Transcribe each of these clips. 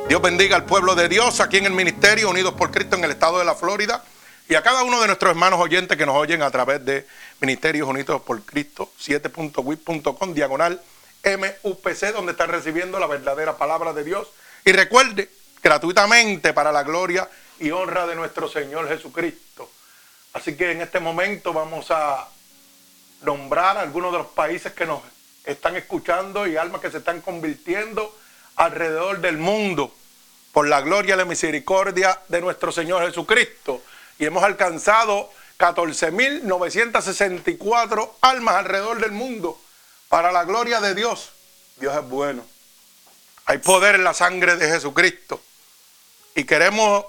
Dios bendiga al pueblo de Dios aquí en el Ministerio Unidos por Cristo en el estado de la Florida y a cada uno de nuestros hermanos oyentes que nos oyen a través de Ministerios Unidos por Cristo 7.wip.com/MUPC, donde están recibiendo la verdadera palabra de Dios. Y recuerde, gratuitamente para la gloria y honra de nuestro Señor Jesucristo. Así que en este momento vamos a nombrar algunos de los países que nos están escuchando y almas que se están convirtiendo alrededor del mundo por la gloria y la misericordia de nuestro Señor Jesucristo. Y hemos alcanzado 14.964 almas alrededor del mundo para la gloria de Dios. Dios es bueno. Hay poder en la sangre de Jesucristo. Y queremos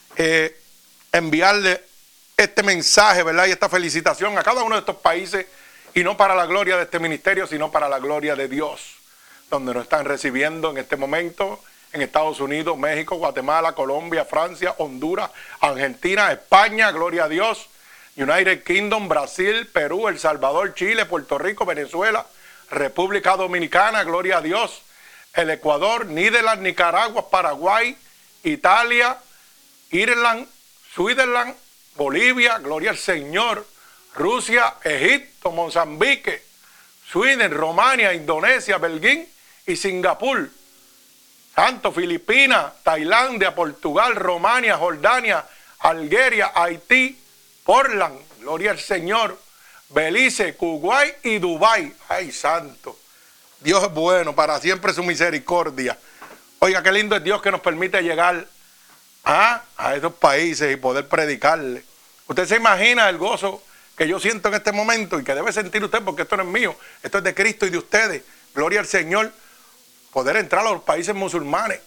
enviarle este mensaje, ¿verdad? Y esta felicitación a cada uno de estos países, y no para la gloria de este ministerio, sino para la gloria de Dios, donde nos están recibiendo en este momento en Estados Unidos, México, Guatemala, Colombia, Francia, Honduras, Argentina, España, gloria a Dios, United Kingdom, Brasil, Perú, El Salvador, Chile, Puerto Rico, Venezuela, República Dominicana, gloria a Dios, el Ecuador, Netherlands, Nicaragua, Paraguay, Italia, Irlanda, Switzerland, Bolivia, gloria al Señor, Rusia, Egipto, Mozambique, Sweden, Romania, Indonesia, Belguín y Singapur. Santo, Filipinas, Tailandia, Portugal, Romania, Jordania, Algeria, Haití, Portland, gloria al Señor, Belice, Kuwait y Dubái. Ay, santo. Dios es bueno, para siempre su misericordia. Oiga, qué lindo es Dios que nos permite llegar a esos países y poder predicarle. Usted se imagina el gozo que yo siento en este momento y que debe sentir usted, porque esto no es mío, esto es de Cristo y de ustedes. Gloria al Señor, poder entrar a los países musulmanes.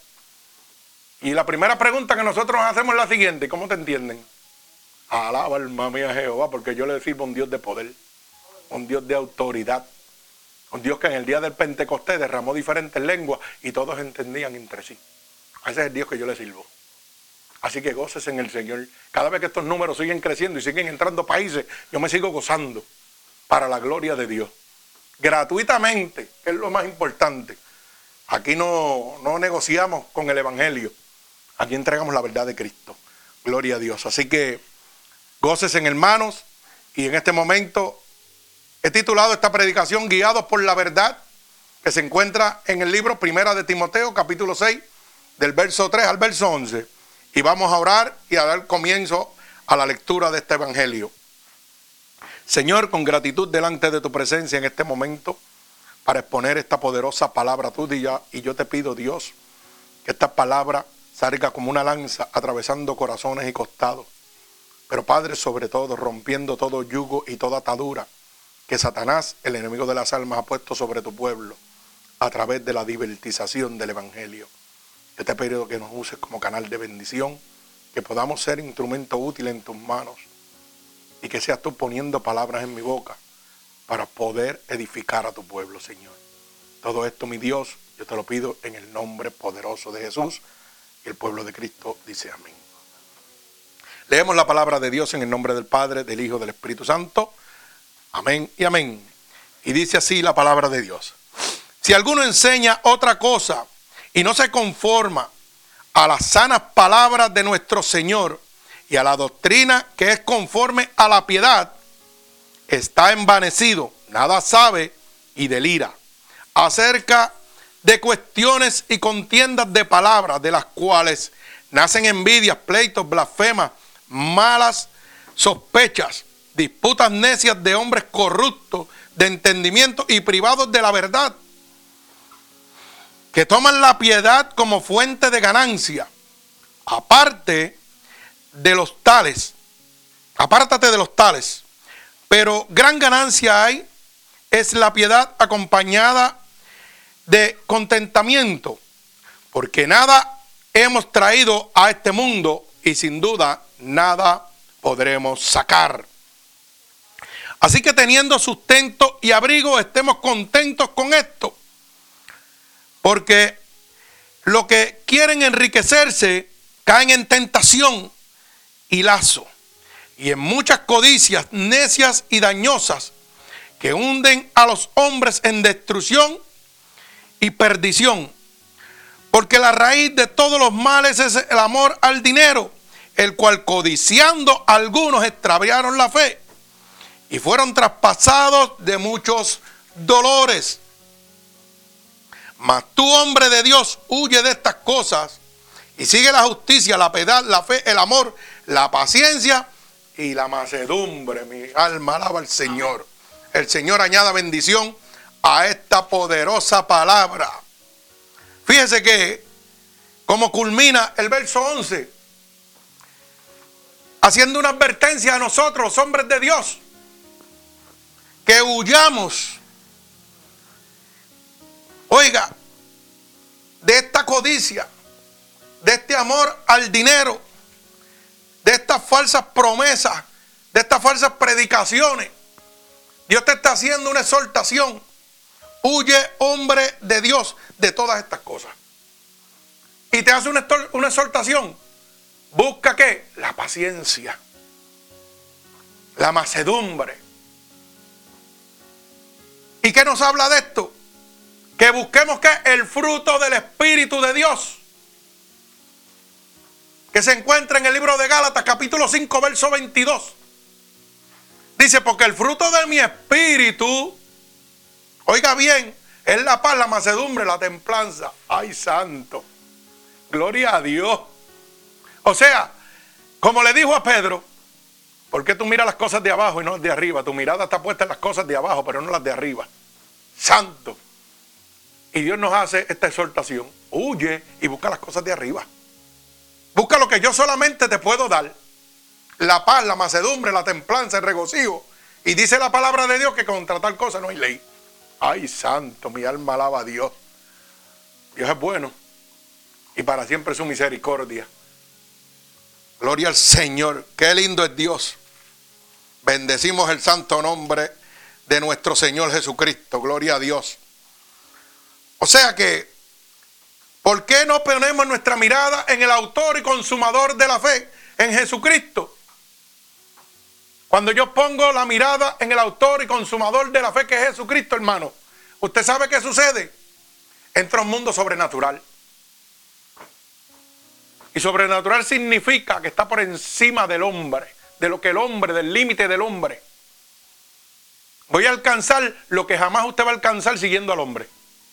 Y la primera pregunta que nosotros nos hacemos es la siguiente: ¿cómo te entienden? Alaba alma mía Jehová, porque yo le sirvo a un Dios de poder, un Dios de autoridad, un Dios que en el día del Pentecostés derramó diferentes lenguas y todos entendían entre sí. Ese es el Dios que yo le sirvo. Así que gócese en el Señor. Cada vez que estos números siguen creciendo y siguen entrando países, yo me sigo gozando para la gloria de Dios. Gratuitamente, que es lo más importante. Aquí no negociamos con el Evangelio. Aquí entregamos la verdad de Cristo. Gloria a Dios. Así que gócese, hermanos. Y en este momento he titulado esta predicación Guiados por la Verdad, que se encuentra en el libro Primera de Timoteo, capítulo 6, del verso 3 al verso 11. Y vamos a orar y a dar comienzo a la lectura de este evangelio. Señor, con gratitud delante de tu presencia en este momento, para exponer esta poderosa palabra tuya, y yo te pido, Dios, que esta palabra salga como una lanza atravesando corazones y costados. Pero Padre, sobre todo, rompiendo todo yugo y toda atadura que Satanás, el enemigo de las almas, ha puesto sobre tu pueblo a través de la divertización del evangelio. Yo te pido que nos uses como canal de bendición, que podamos ser instrumento útil en tus manos y que seas tú poniendo palabras en mi boca para poder edificar a tu pueblo, Señor. Todo esto, mi Dios, yo te lo pido en el nombre poderoso de Jesús, y el pueblo de Cristo dice amén. Leemos la palabra de Dios en el nombre del Padre, del Hijo, del Espíritu Santo. Amén y amén. Y dice así la palabra de Dios: si alguno enseña otra cosa y no se conforma a las sanas palabras de nuestro Señor y a la doctrina que es conforme a la piedad, está envanecido, nada sabe y delira acerca de cuestiones y contiendas de palabras, de las cuales nacen envidias, pleitos, blasfemas, malas sospechas, disputas necias de hombres corruptos de entendimiento y privados de la verdad, que toman la piedad como fuente de ganancia. Apártate de los tales, pero gran ganancia hay, es la piedad acompañada de contentamiento, porque nada hemos traído a este mundo y sin duda nada podremos sacar. Así que teniendo sustento y abrigo, estemos contentos con esto. Porque los que quieren enriquecerse caen en tentación y lazo, y en muchas codicias necias y dañosas, que hunden a los hombres en destrucción y perdición, Porque la raíz de todos los males es el amor al dinero, el cual codiciando algunos extraviaron la fe y fueron traspasados de muchos dolores. Mas tú, hombre de Dios, huye de estas cosas y sigue la justicia, la piedad, la fe, el amor, la paciencia y la mansedumbre. Mi alma alaba al Señor. El Señor añada bendición a esta poderosa palabra. Fíjese que como culmina el verso 11, haciendo una advertencia a nosotros, hombres de Dios, que huyamos, oiga, de esta codicia, de este amor al dinero, de estas falsas promesas, de estas falsas predicaciones. Dios te está haciendo una exhortación. Huye, hombre de Dios, de todas estas cosas. Y te hace una exhortación. Busca ¿qué? La paciencia, la mansedumbre. ¿Y qué nos habla de esto? Que busquemos ¿qué? El fruto del Espíritu de Dios, que se encuentra en el libro de Gálatas, capítulo 5, verso 22. Dice, porque el fruto de mi espíritu, oiga bien, es la paz, la mansedumbre, la templanza. ¡Ay, santo! Gloria a Dios. O sea, como le dijo a Pedro, ¿por qué tú miras las cosas de abajo y no las de arriba? Tu mirada está puesta en las cosas de abajo, pero no las de arriba. Santo. Y Dios nos hace esta exhortación. Huye y busca las cosas de arriba. Busca lo que yo solamente te puedo dar. La paz, la mansedumbre, la templanza, el regocijo. Y dice la palabra de Dios que contra tal cosa no hay ley. Ay, santo, mi alma alaba a Dios. Dios es bueno y para siempre su misericordia. Gloria al Señor. Qué lindo es Dios. Bendecimos el santo nombre de nuestro Señor Jesucristo. Gloria a Dios. O sea que, ¿por qué no ponemos nuestra mirada en el autor y consumador de la fe, en Jesucristo? Cuando yo pongo la mirada en el autor y consumador de la fe, que es Jesucristo, hermano, ¿usted sabe qué sucede? Entra un mundo sobrenatural. Y sobrenatural significa que está por encima del hombre, de lo que el hombre, del límite del hombre. Voy a alcanzar lo que jamás usted va a alcanzar siguiendo al hombre.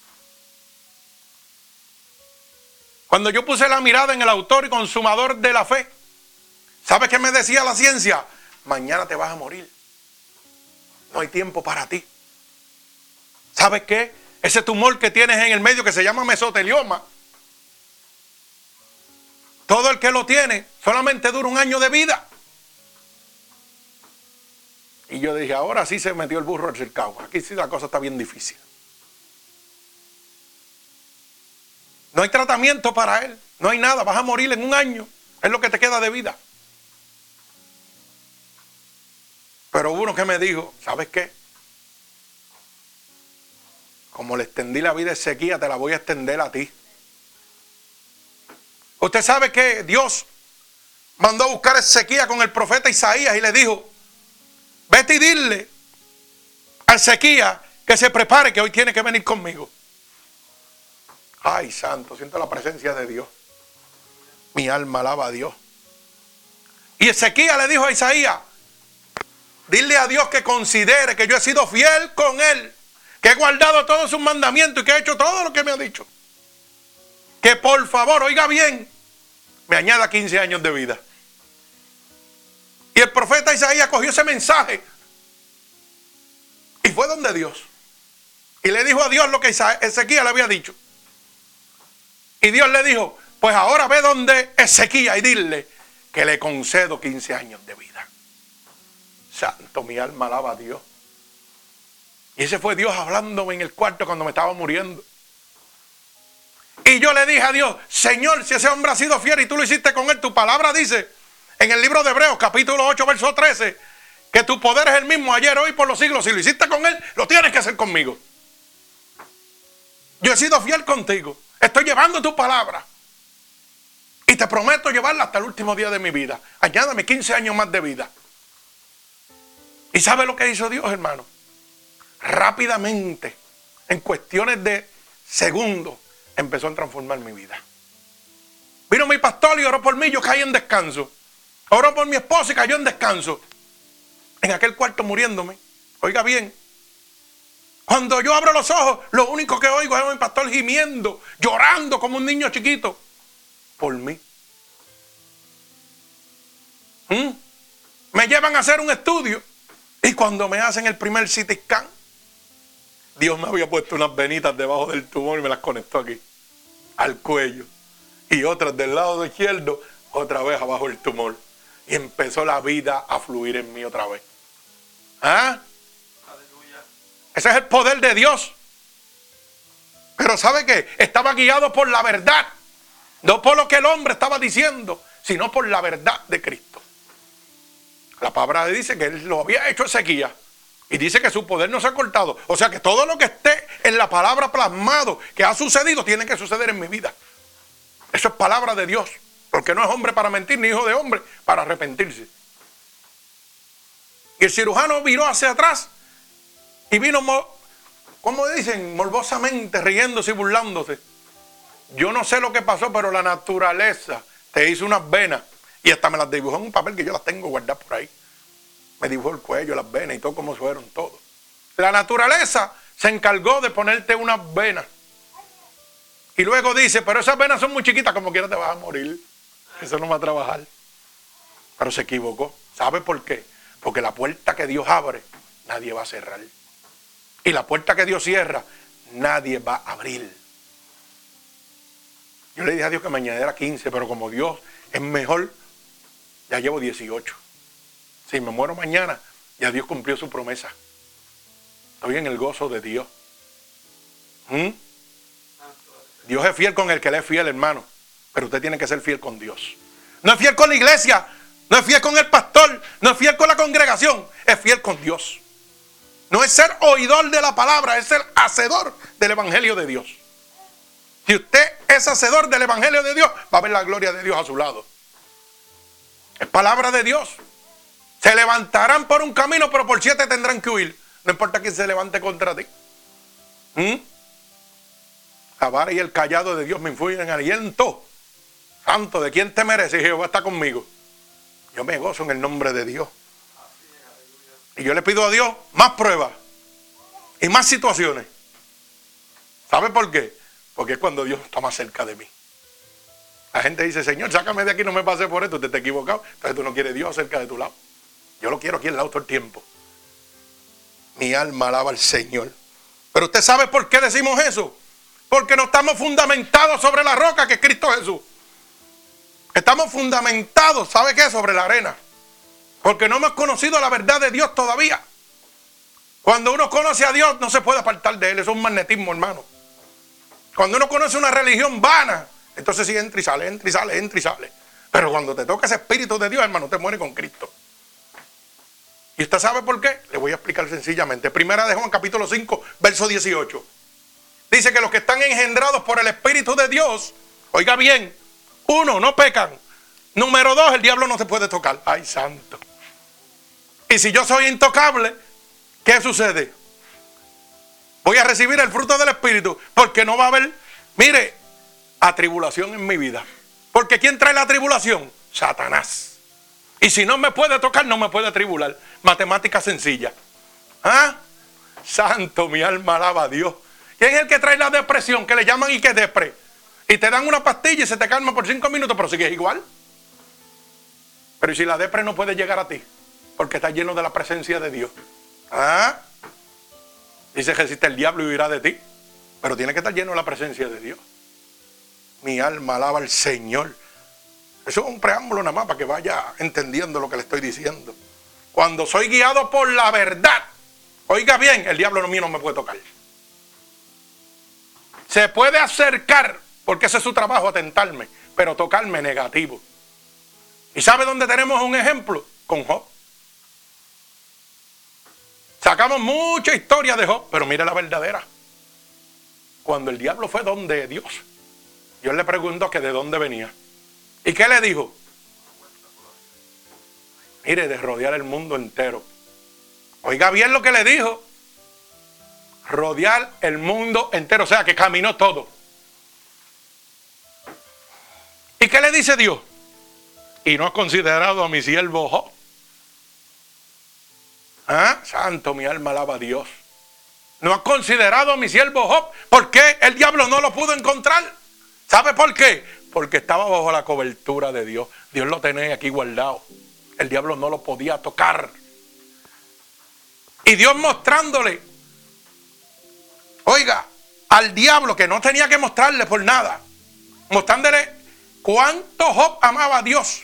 Cuando yo puse la mirada en el autor y consumador de la fe, ¿sabe qué me decía la ciencia? Mañana te vas a morir. No hay tiempo para ti. ¿Sabes qué? Ese tumor que tienes en el medio que se llama mesotelioma, todo el que lo tiene solamente dura 1 año de vida. Y yo dije, ahora sí se metió el burro al cercado. Aquí sí la cosa está bien difícil. No hay tratamiento para él. No hay nada. Vas a morir en 1 año. Es lo que te queda de vida. Pero hubo uno que me dijo, ¿sabes qué? Como le extendí la vida de sequía, te la voy a extender a ti. Usted sabe que Dios mandó a buscar a Ezequías con el profeta Isaías y le dijo, vete y dile a Ezequías que se prepare, que hoy tiene que venir conmigo. Ay, santo, siento la presencia de Dios. Mi alma alaba a Dios. Y Ezequías le dijo a Isaías, dile a Dios que considere que yo he sido fiel con él, que he guardado todos sus mandamientos y que he hecho todo lo que me ha dicho. Que por favor, oiga bien, me añada 15 años de vida. Y el profeta Isaías cogió ese mensaje y fue donde Dios. Y le dijo a Dios lo que Ezequías le había dicho. Y Dios le dijo, pues ahora ve donde Ezequías y dile que le concedo 15 años de vida. Santo, mi alma alaba a Dios. Y ese fue Dios hablándome en el cuarto cuando me estaba muriendo. Y yo le dije a Dios, Señor, si ese hombre ha sido fiel y tú lo hiciste con él, tu palabra dice en el libro de Hebreos, capítulo 8, verso 13, que tu poder es el mismo ayer, hoy, por los siglos. Si lo hiciste con él, lo tienes que hacer conmigo. Yo he sido fiel contigo. Estoy llevando tu palabra. Y te prometo llevarla hasta el último día de mi vida. Añádame 15 años más de vida. ¿Y sabe lo que hizo Dios, hermano? Rápidamente, en cuestiones de segundos, empezó a transformar mi vida. Vino mi pastor y oró por mí, yo caí en descanso. Oró por mi esposa y cayó en descanso. En aquel cuarto muriéndome. Oiga bien. Cuando yo abro los ojos, lo único que oigo es a mi pastor gimiendo, llorando como un niño chiquito. Por mí. Me llevan a hacer un estudio. Y cuando me hacen el primer CT scan, Dios me había puesto unas venitas debajo del tumor y me las conectó aquí, al cuello. Y otras del lado izquierdo, otra vez abajo del tumor. Y empezó la vida a fluir en mí otra vez. ¿Ah? Aleluya. Ese es el poder de Dios. Pero ¿sabe qué? Estaba guiado por la verdad. No por lo que el hombre estaba diciendo, sino por la verdad de Cristo. La palabra dice que Él lo había hecho Ezequías. Y dice que su poder no se ha cortado. O sea que todo lo que esté en la palabra plasmado, que ha sucedido, tiene que suceder en mi vida. Eso es palabra de Dios. Porque no es hombre para mentir, ni hijo de hombre para arrepentirse. Y el cirujano viró hacia atrás y vino, ¿cómo dicen? Morbosamente, riéndose y burlándose. Yo no sé lo que pasó, pero la naturaleza te hizo unas venas. Y hasta me las dibujó en un papel que yo las tengo guardadas por ahí. Me dibujó el cuello, las venas y todo como fueron todo. La naturaleza se encargó de ponerte unas venas. Y luego dice, pero esas venas son muy chiquitas, como quiera te vas a morir. Eso no va a trabajar. Pero se equivocó. ¿Sabe por qué? Porque la puerta que Dios abre, nadie va a cerrar. Y la puerta que Dios cierra, nadie va a abrir. Yo le dije a Dios que me añadiera 15, pero como Dios es mejor, ya llevo 18. Si me muero mañana, ya Dios cumplió su promesa. Estoy en el gozo de Dios. Dios es fiel con el que le es fiel, hermano. Pero usted tiene que ser fiel con Dios. No es fiel con la iglesia, no es fiel con el pastor, no es fiel con la congregación, es fiel con Dios. No es ser oidor de la palabra, es ser hacedor del evangelio de Dios. Si usted es hacedor del evangelio de Dios, va a ver la gloria de Dios a su lado. Es palabra de Dios. Se levantarán por un camino, pero por 7 tendrán que huir. No importa quién se levante contra ti. La vara y el callado de Dios me influyen en aliento. Santo, ¿de quién te mereces? Jehová está conmigo. Yo me gozo en el nombre de Dios. Y yo le pido a Dios más pruebas y más situaciones. ¿Sabe por qué? Porque es cuando Dios está más cerca de mí. La gente dice, Señor, sácame de aquí, no me pases por esto, te estás equivocado. Entonces tú no quieres Dios cerca de tu lado. Yo lo quiero aquí al lado todo el tiempo. Mi alma alaba al Señor. Pero usted sabe por qué decimos eso. Porque no estamos fundamentados sobre la roca que es Cristo Jesús. Estamos fundamentados, ¿sabe qué? Sobre la arena. Porque no hemos conocido la verdad de Dios todavía. Cuando uno conoce a Dios, no se puede apartar de Él. Eso es un magnetismo, hermano. Cuando uno conoce una religión vana, entonces sí entra y sale, entra y sale, entra y sale. Pero cuando te toca ese Espíritu de Dios, hermano, te muere con Cristo. ¿Y usted sabe por qué? Le voy a explicar sencillamente. Primera de Juan, capítulo 5, verso 18. Dice que los que están engendrados por el Espíritu de Dios, oiga bien, 1, no pecan. Número 2, el diablo no se puede tocar. ¡Ay, santo! Y si yo soy intocable, ¿qué sucede? Voy a recibir el fruto del Espíritu, porque no va a haber, mire, atribulación en mi vida. Porque ¿quién trae la tribulación? Satanás. Y si no me puede tocar, no me puede atribular. Matemática sencilla. ¿Ah? Santo, mi alma alaba a Dios. ¿Quién es el que trae la depresión? Que le llaman y que es depre. Y te dan una pastilla y se te calma por 5 minutos, pero sigues igual. Pero ¿y si la depre no puede llegar a ti? Porque está lleno de la presencia de Dios. ¿Ah? Dice que existe el diablo y huirá de ti. Pero tiene que estar lleno de la presencia de Dios. Mi alma alaba al Señor. Eso es un preámbulo nada más para que vaya entendiendo lo que le estoy diciendo. Cuando soy guiado por la verdad, oiga bien, el diablo mío no me puede tocar. Se puede acercar, porque ese es su trabajo, atentarme, pero tocarme negativo. ¿Y sabe dónde tenemos un ejemplo? Con Job. Sacamos mucha historia de Job, pero mire la verdadera. Cuando el diablo fue donde Dios, Dios le preguntó que de dónde venía. ¿Y qué le dijo? Mire, de rodear el mundo entero. Oiga bien lo que le dijo. Rodear el mundo entero, o sea que caminó todo. ¿Y qué le dice Dios? Y no has considerado a mi siervo Job. ¿Ah? Santo, mi alma alaba a Dios. No has considerado a mi siervo Job. ¿Por qué el diablo no lo pudo encontrar? ¿Sabe por qué? Porque estaba bajo la cobertura de Dios. Dios lo tenía aquí guardado. El diablo no lo podía tocar. Y Dios mostrándole, oiga, al diablo, que no tenía que mostrarle por nada, mostrándole cuánto Job amaba a Dios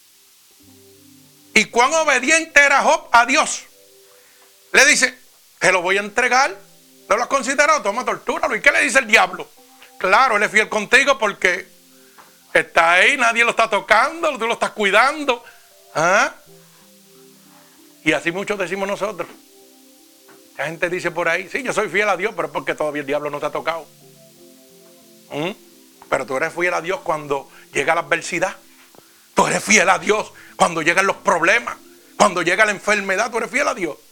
y cuán obediente era Job a Dios. Le dice, te lo voy a entregar. ¿No lo has considerado? Toma, tortúralo. ¿Y qué le dice el diablo? Claro, él es fiel contigo porque está ahí, nadie lo está tocando, tú lo estás cuidando. ¿Ah? Y así muchos decimos nosotros. La gente dice por ahí, sí, yo soy fiel a Dios, pero es porque todavía el diablo no te ha tocado. Pero tú eres fiel a Dios cuando llega la adversidad. Tú eres fiel a Dios cuando llegan los problemas. Cuando llega la enfermedad, tú eres fiel a Dios.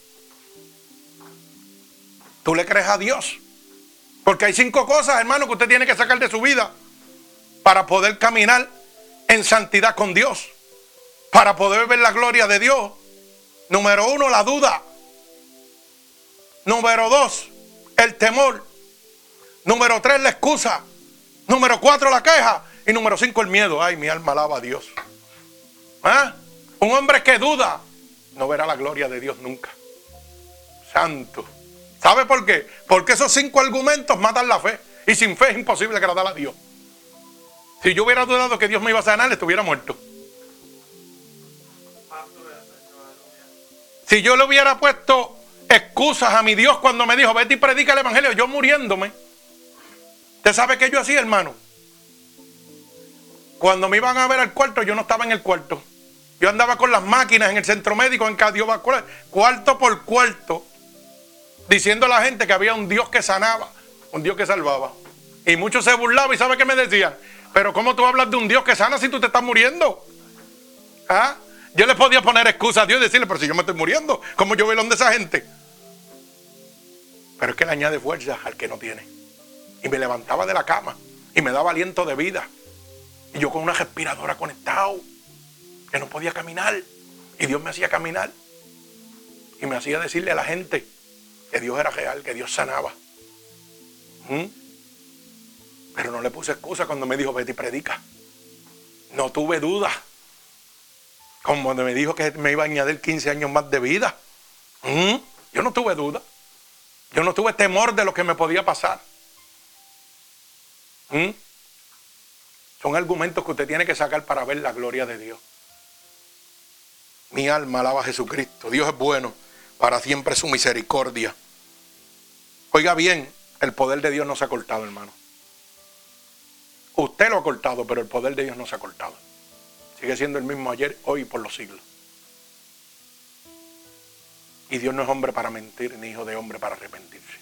Tú le crees a Dios. Porque hay 5 cosas, hermano, que usted tiene que sacar de su vida para poder caminar en santidad con Dios. Para poder ver la gloria de Dios. Número 1, la duda. Número 2, el temor. Número 3, la excusa. Número 4, la queja. Y número 5, el miedo. Ay, mi alma alaba a Dios. ¿Ah? Un hombre que duda no verá la gloria de Dios nunca. Santo. ¿Sabe por qué? Porque esos 5 argumentos matan la fe. Y sin fe es imposible agradar a Dios. Si yo hubiera dudado que Dios me iba a sanar, estuviera muerto. Si yo le hubiera puesto excusas a mi Dios cuando me dijo, vete y predica el evangelio, yo muriéndome. ¿Usted sabe qué yo hacía, hermano? Cuando me iban a ver al cuarto, yo no estaba en el cuarto. Yo andaba con las máquinas en el centro médico, en cardiovascular, cuarto por cuarto, diciendo a la gente que había un Dios que sanaba, un Dios que salvaba. Y muchos se burlaban y ¿sabe qué me decían? Pero ¿cómo tú hablas de un Dios que sana si tú te estás muriendo? ¿Ah? Yo le podía poner excusas a Dios y decirle, pero si yo me estoy muriendo, ¿cómo yo voy donde esa gente? Pero es que le añade fuerza al que no tiene. Y me levantaba de la cama y me daba aliento de vida. Y yo con una respiradora conectado, que no podía caminar. Y Dios me hacía caminar. Y me hacía decirle a la gente que Dios era real, que Dios sanaba. Pero no le puse excusa cuando me dijo, vete y predica. No tuve duda. Como me dijo que me iba a añadir 15 años más de vida. Yo no tuve duda. Yo no tuve temor de lo que me podía pasar. Son argumentos que usted tiene que sacar para ver la gloria de Dios. Mi alma alaba a Jesucristo. Dios es bueno, para siempre su misericordia. Oiga bien, el poder de Dios no se ha cortado, hermano. Usted lo ha cortado, pero el poder de Dios no se ha cortado. Sigue siendo el mismo ayer, hoy y por los siglos. Y Dios no es hombre para mentir, ni hijo de hombre para arrepentirse.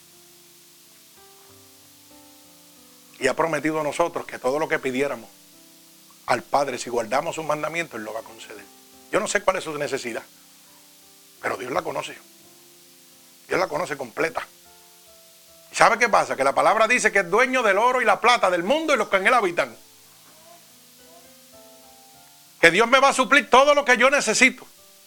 Y ha prometido a nosotros que todo lo que pidiéramos al Padre, si guardamos sus mandamientos, Él lo va a conceder. Yo no sé cuál es su necesidad, pero Dios la conoce. Dios la conoce completa. ¿Y sabe qué pasa? Que la palabra dice que es dueño del oro y la plata, del mundo y los que en él habitan. Que Dios me va a suplir todo lo que yo necesito.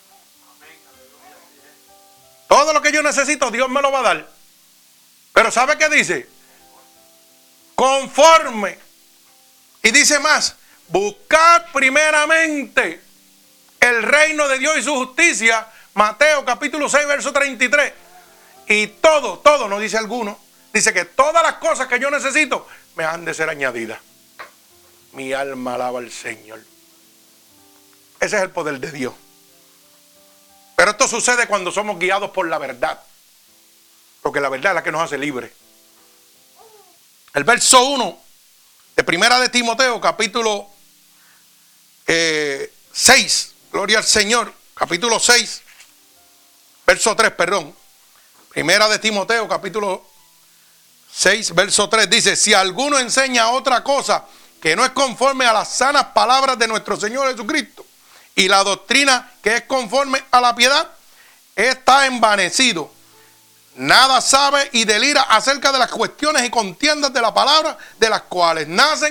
Todo lo que yo necesito, Dios me lo va a dar. Pero ¿sabe qué dice? Conforme. Y dice más, buscad primeramente el reino de Dios y su justicia. Mateo capítulo 6, verso 33. Y todo, no dice alguno. Dice que todas las cosas que yo necesito me han de ser añadidas. Mi alma alaba al Señor. Ese es el poder de Dios. Pero esto sucede cuando somos guiados por la verdad. Porque la verdad es la que nos hace libres. El verso 1 de Primera de Timoteo, capítulo 6. Gloria al Señor. Capítulo 6. Verso 3, perdón. Primera de Timoteo, capítulo 6, verso 3. Dice, si alguno enseña otra cosa que no es conforme a las sanas palabras de nuestro Señor Jesucristo, y la doctrina que es conforme a la piedad, está envanecido. Nada sabe y delira acerca de las cuestiones y contiendas de la palabra, de las cuales nacen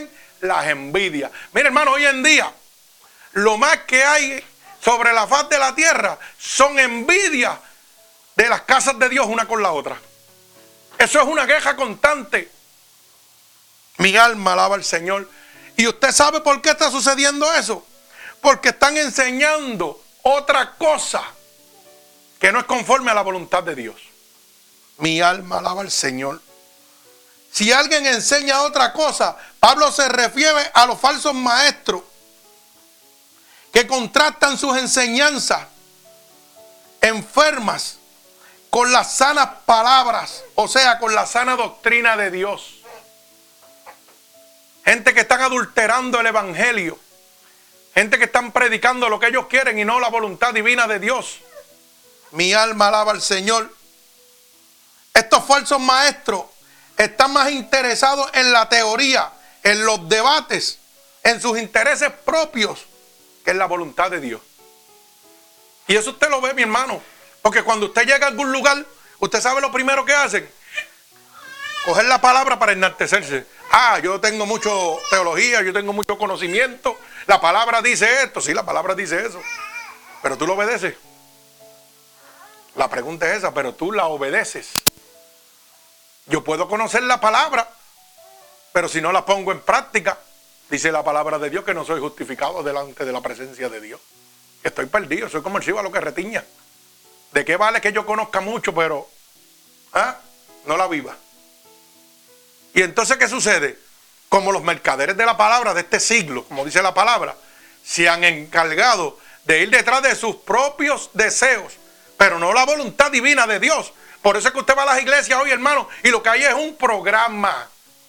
las envidias. Mira, hermano, hoy en día lo más que hay sobre la faz de la tierra son envidias de las casas de Dios una con la otra. Eso es una queja constante. Mi alma alaba al Señor. ¿Y usted sabe por qué está sucediendo eso? Porque están enseñando otra cosa que no es conforme a la voluntad de Dios. Mi alma alaba al Señor. Si alguien enseña otra cosa, Pablo se refiere a los falsos maestros que contrastan sus enseñanzas enfermas con las sanas palabras, o sea, con la sana doctrina de Dios. Gente que están adulterando el evangelio. Gente que están predicando lo que ellos quieren y no la voluntad divina de Dios. Mi alma alaba al Señor. Estos falsos maestros están más interesados en la teoría, en los debates, en sus intereses propios, que en la voluntad de Dios. Y eso usted lo ve, mi hermano. Porque cuando usted llega a algún lugar, usted sabe lo primero que hacen. Coger la palabra para enaltecerse. Ah, yo tengo mucha teología, yo tengo mucho conocimiento. La palabra dice esto. Sí, la palabra dice eso. Pero tú lo obedeces. La pregunta es esa, pero tú la obedeces. Yo puedo conocer la palabra, pero si no la pongo en práctica, dice la palabra de Dios que no soy justificado delante de la presencia de Dios. Estoy perdido, soy como el chivo a lo que retiña. ¿De qué vale que yo conozca mucho, pero no la viva? Y entonces, ¿qué sucede? Como los mercaderes de la palabra de este siglo, como dice la palabra, se han encargado de ir detrás de sus propios deseos, pero no la voluntad divina de Dios. Por eso es que usted va a las iglesias hoy, hermano, y lo que hay es un programa.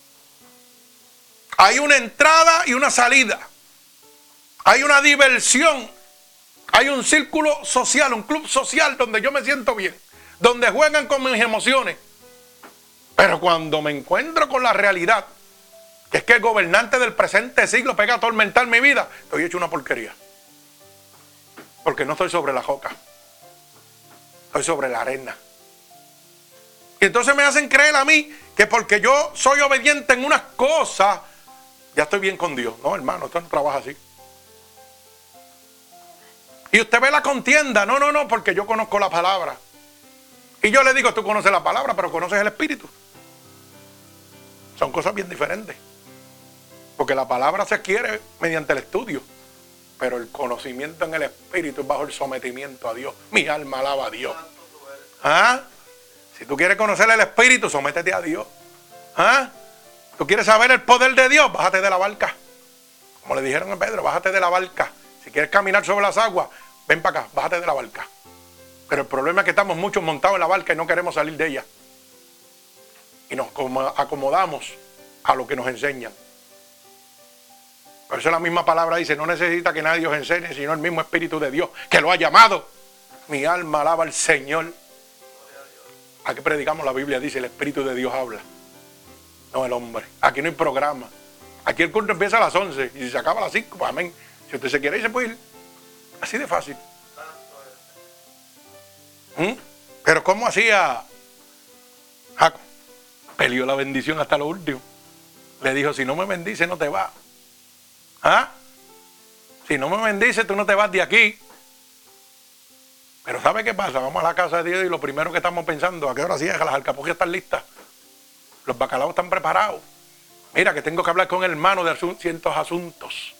Hay una entrada y una salida. Hay una diversión. Hay un círculo social, un club social donde yo me siento bien, donde juegan con mis emociones. Pero cuando me encuentro con la realidad, que es que el gobernante del presente siglo pega a atormentar mi vida, estoy hecho una porquería. Porque no estoy sobre la roca, estoy sobre la arena. Y entonces me hacen creer a mí que porque yo soy obediente en unas cosas, ya estoy bien con Dios. No, hermano, esto no trabaja así. Y usted ve la contienda. No, porque yo conozco la palabra. Y yo le digo, tú conoces la palabra, pero conoces el Espíritu. Son cosas bien diferentes. Porque la palabra se adquiere mediante el estudio. Pero el conocimiento en el Espíritu es bajo el sometimiento a Dios. Mi alma alaba a Dios. Si tú quieres conocer el Espíritu, sométete a Dios. ¿Tú quieres saber el poder de Dios? Bájate de la barca. Como le dijeron a Pedro, bájate de la barca. Si quieres caminar sobre las aguas, ven para acá, bájate de la barca. Pero el problema es que estamos muchos montados en la barca y no queremos salir de ella. Y nos acomodamos a lo que nos enseñan. Por eso la misma palabra dice, no necesita que nadie os enseñe, sino el mismo Espíritu de Dios, que lo ha llamado. Mi alma alaba al Señor. Aquí predicamos, la Biblia dice, el Espíritu de Dios habla. No el hombre. Aquí no hay programa. Aquí el culto empieza a las 11 y si se acaba a las 5, pues amén. Si usted se quiere ir, se puede ir. Así de fácil. Pero ¿cómo hacía Jacob? Peleó la bendición hasta lo último. Le dijo, si no me bendice, no te vas. Si no me bendice, tú no te vas de aquí. Pero ¿sabe qué pasa? Vamos a la casa de Dios y lo primero que estamos pensando, ¿a qué hora cierra? Las alcapogias están listas. Los bacalaos están preparados. Mira que tengo que hablar con el hermano de ciertos asuntos.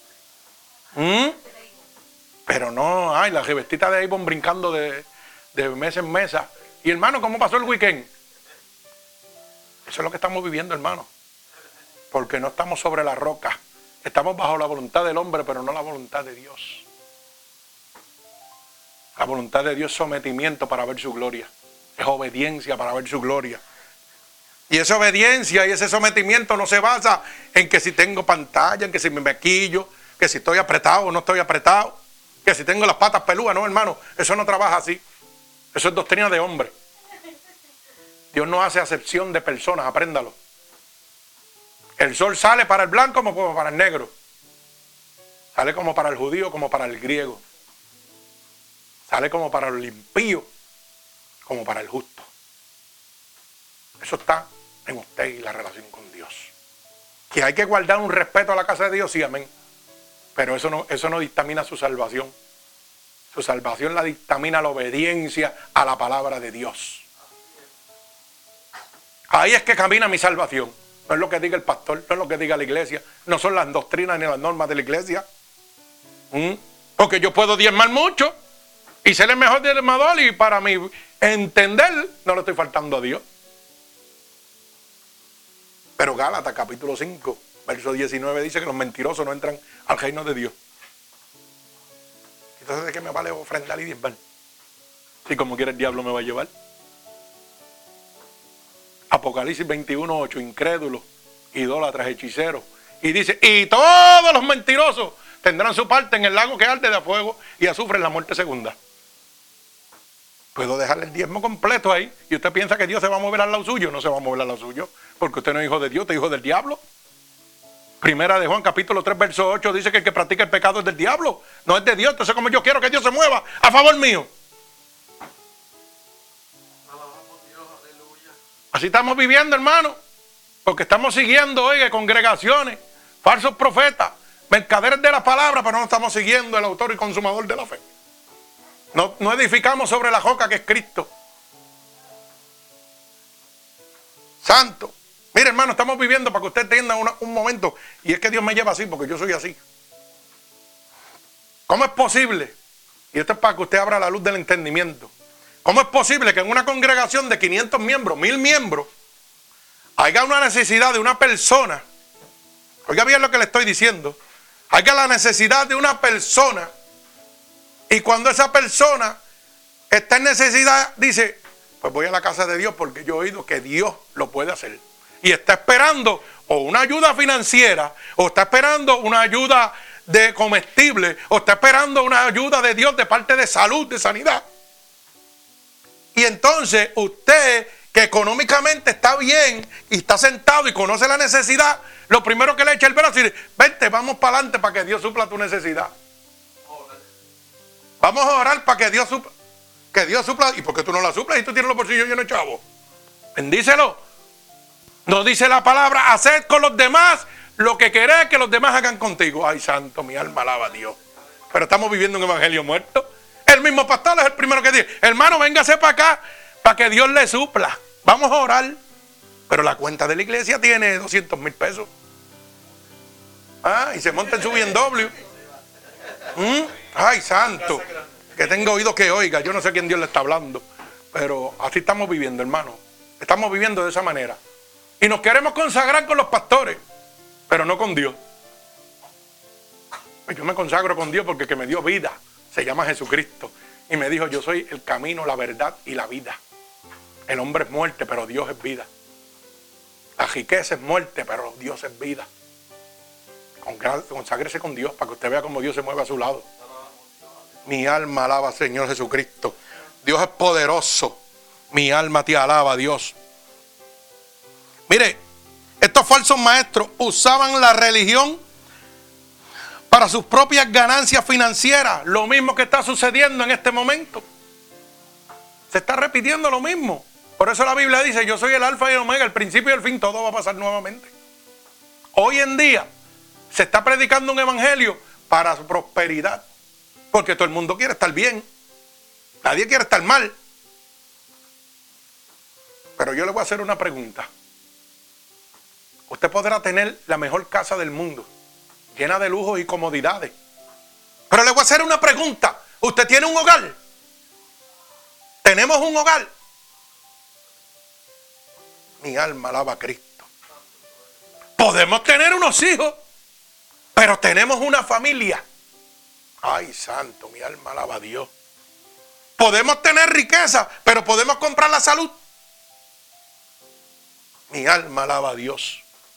Pero no, la revestita de Avon brincando de mesa en mesa. Y hermano, ¿cómo pasó el weekend? Eso es lo que estamos viviendo, hermano. Porque no estamos sobre la roca. Estamos bajo la voluntad del hombre, pero no la voluntad de Dios. La voluntad de Dios es sometimiento para ver su gloria. Es obediencia para ver su gloria. Y esa obediencia y ese sometimiento no se basa en que si tengo pantalla, en que si me maquillo, que si estoy apretado o no estoy apretado, que si tengo las patas peludas. No, hermano, eso no trabaja así. Eso es doctrina de hombre. Dios no hace acepción de personas, apréndalo. El sol sale para el blanco como para el negro. Sale como para el judío, como para el griego. Sale como para el impío, como para el justo. Eso está en usted y la relación con Dios. Que hay que guardar un respeto a la casa de Dios, sí, amén. Pero eso no dictamina su salvación. Su salvación la dictamina la obediencia a la palabra de Dios. Ahí es que camina mi salvación. No es lo que diga el pastor, no es lo que diga la iglesia. No son las doctrinas ni las normas de la iglesia. Porque yo puedo diezmar mucho y ser el mejor diezmador, y para mi entender no le estoy faltando a Dios. Pero Gálatas capítulo 5, verso 19 dice que los mentirosos no entran al reino de Dios. Entonces, ¿de qué me vale ofrendar y diezmar? Si como quiera el diablo me va a llevar. Apocalipsis 21:8, incrédulos, idólatras, hechiceros. Y dice, y todos los mentirosos tendrán su parte en el lago que arde de fuego y azufre en la muerte segunda. Puedo dejarle el diezmo completo ahí. ¿Y usted piensa que Dios se va a mover al lado suyo? No se va a mover al lado suyo, porque usted no es hijo de Dios, usted es hijo del diablo. Primera de Juan capítulo 3 verso 8 dice que el que practica el pecado es del diablo, no es de Dios. Entonces, como yo quiero que Dios se mueva a favor mío. Así estamos viviendo, hermano, porque estamos siguiendo, oiga, congregaciones, falsos profetas, mercaderes de la palabra, pero no estamos siguiendo el autor y consumador de la fe. No edificamos sobre la roca que es Cristo. Santo. Mire, hermano, estamos viviendo, para que usted entienda un momento, y es que Dios me lleva así, porque yo soy así. ¿Cómo es posible? Y esto es para que usted abra la luz del entendimiento. ¿Cómo es posible que en una congregación de 500 miembros, 1000 miembros, haya una necesidad de una persona? Oiga bien lo que le estoy diciendo. Haya la necesidad de una persona, y cuando esa persona está en necesidad, dice, pues voy a la casa de Dios porque yo he oído que Dios lo puede hacer. Y está esperando o una ayuda financiera, o está esperando una ayuda de comestible, o está esperando una ayuda de Dios de parte de salud, de sanidad. Y entonces usted, que económicamente está bien y está sentado y conoce la necesidad, lo primero que le echa el brazo y dice, vente, vamos para adelante para que Dios supla tu necesidad. Vamos a orar para que Dios supla. ¿Y por qué tú no la suplas y tú tienes los bolsillos llenos de chavos? Bendícelo. Nos dice la palabra, haced con los demás lo que querés que los demás hagan contigo. Ay, santo, mi alma alaba a Dios. Pero estamos viviendo un evangelio muerto. El mismo pastor es el primero que dice, hermano, véngase para acá para que Dios le supla. Vamos a orar. Pero la cuenta de la iglesia tiene 200,000 pesos. Y se monta en su BMW. Ay, santo, que tenga oído que oiga. Yo no sé quién Dios le está hablando, pero así estamos viviendo, hermano. Estamos viviendo de esa manera. Y nos queremos consagrar con los pastores, pero no con Dios. Yo me consagro con Dios porque el que me dio vida se llama Jesucristo. Y me dijo, yo soy el camino, la verdad y la vida. El hombre es muerte, pero Dios es vida. La riqueza es muerte, pero Dios es vida. Conságrese con Dios para que usted vea cómo Dios se mueve a su lado. Mi alma alaba al Señor Jesucristo. Dios es poderoso. Mi alma te alaba, Dios. Mire, estos falsos maestros usaban la religión para sus propias ganancias financieras. Lo mismo que está sucediendo en este momento. Se está repitiendo lo mismo. Por eso la Biblia dice, yo soy el alfa y el omega, el principio y el fin, todo va a pasar nuevamente. Hoy en día se está predicando un evangelio para su prosperidad. Porque todo el mundo quiere estar bien. Nadie quiere estar mal. Pero yo le voy a hacer una pregunta. Usted podrá tener la mejor casa del mundo, llena de lujos y comodidades. Pero le voy a hacer una pregunta. ¿Usted tiene un hogar? ¿Tenemos un hogar? Mi alma alaba a Cristo. Podemos tener unos hijos, pero tenemos una familia. Ay, santo, mi alma alaba a Dios. Podemos tener riqueza, pero podemos comprar la salud. Mi alma alaba a Dios.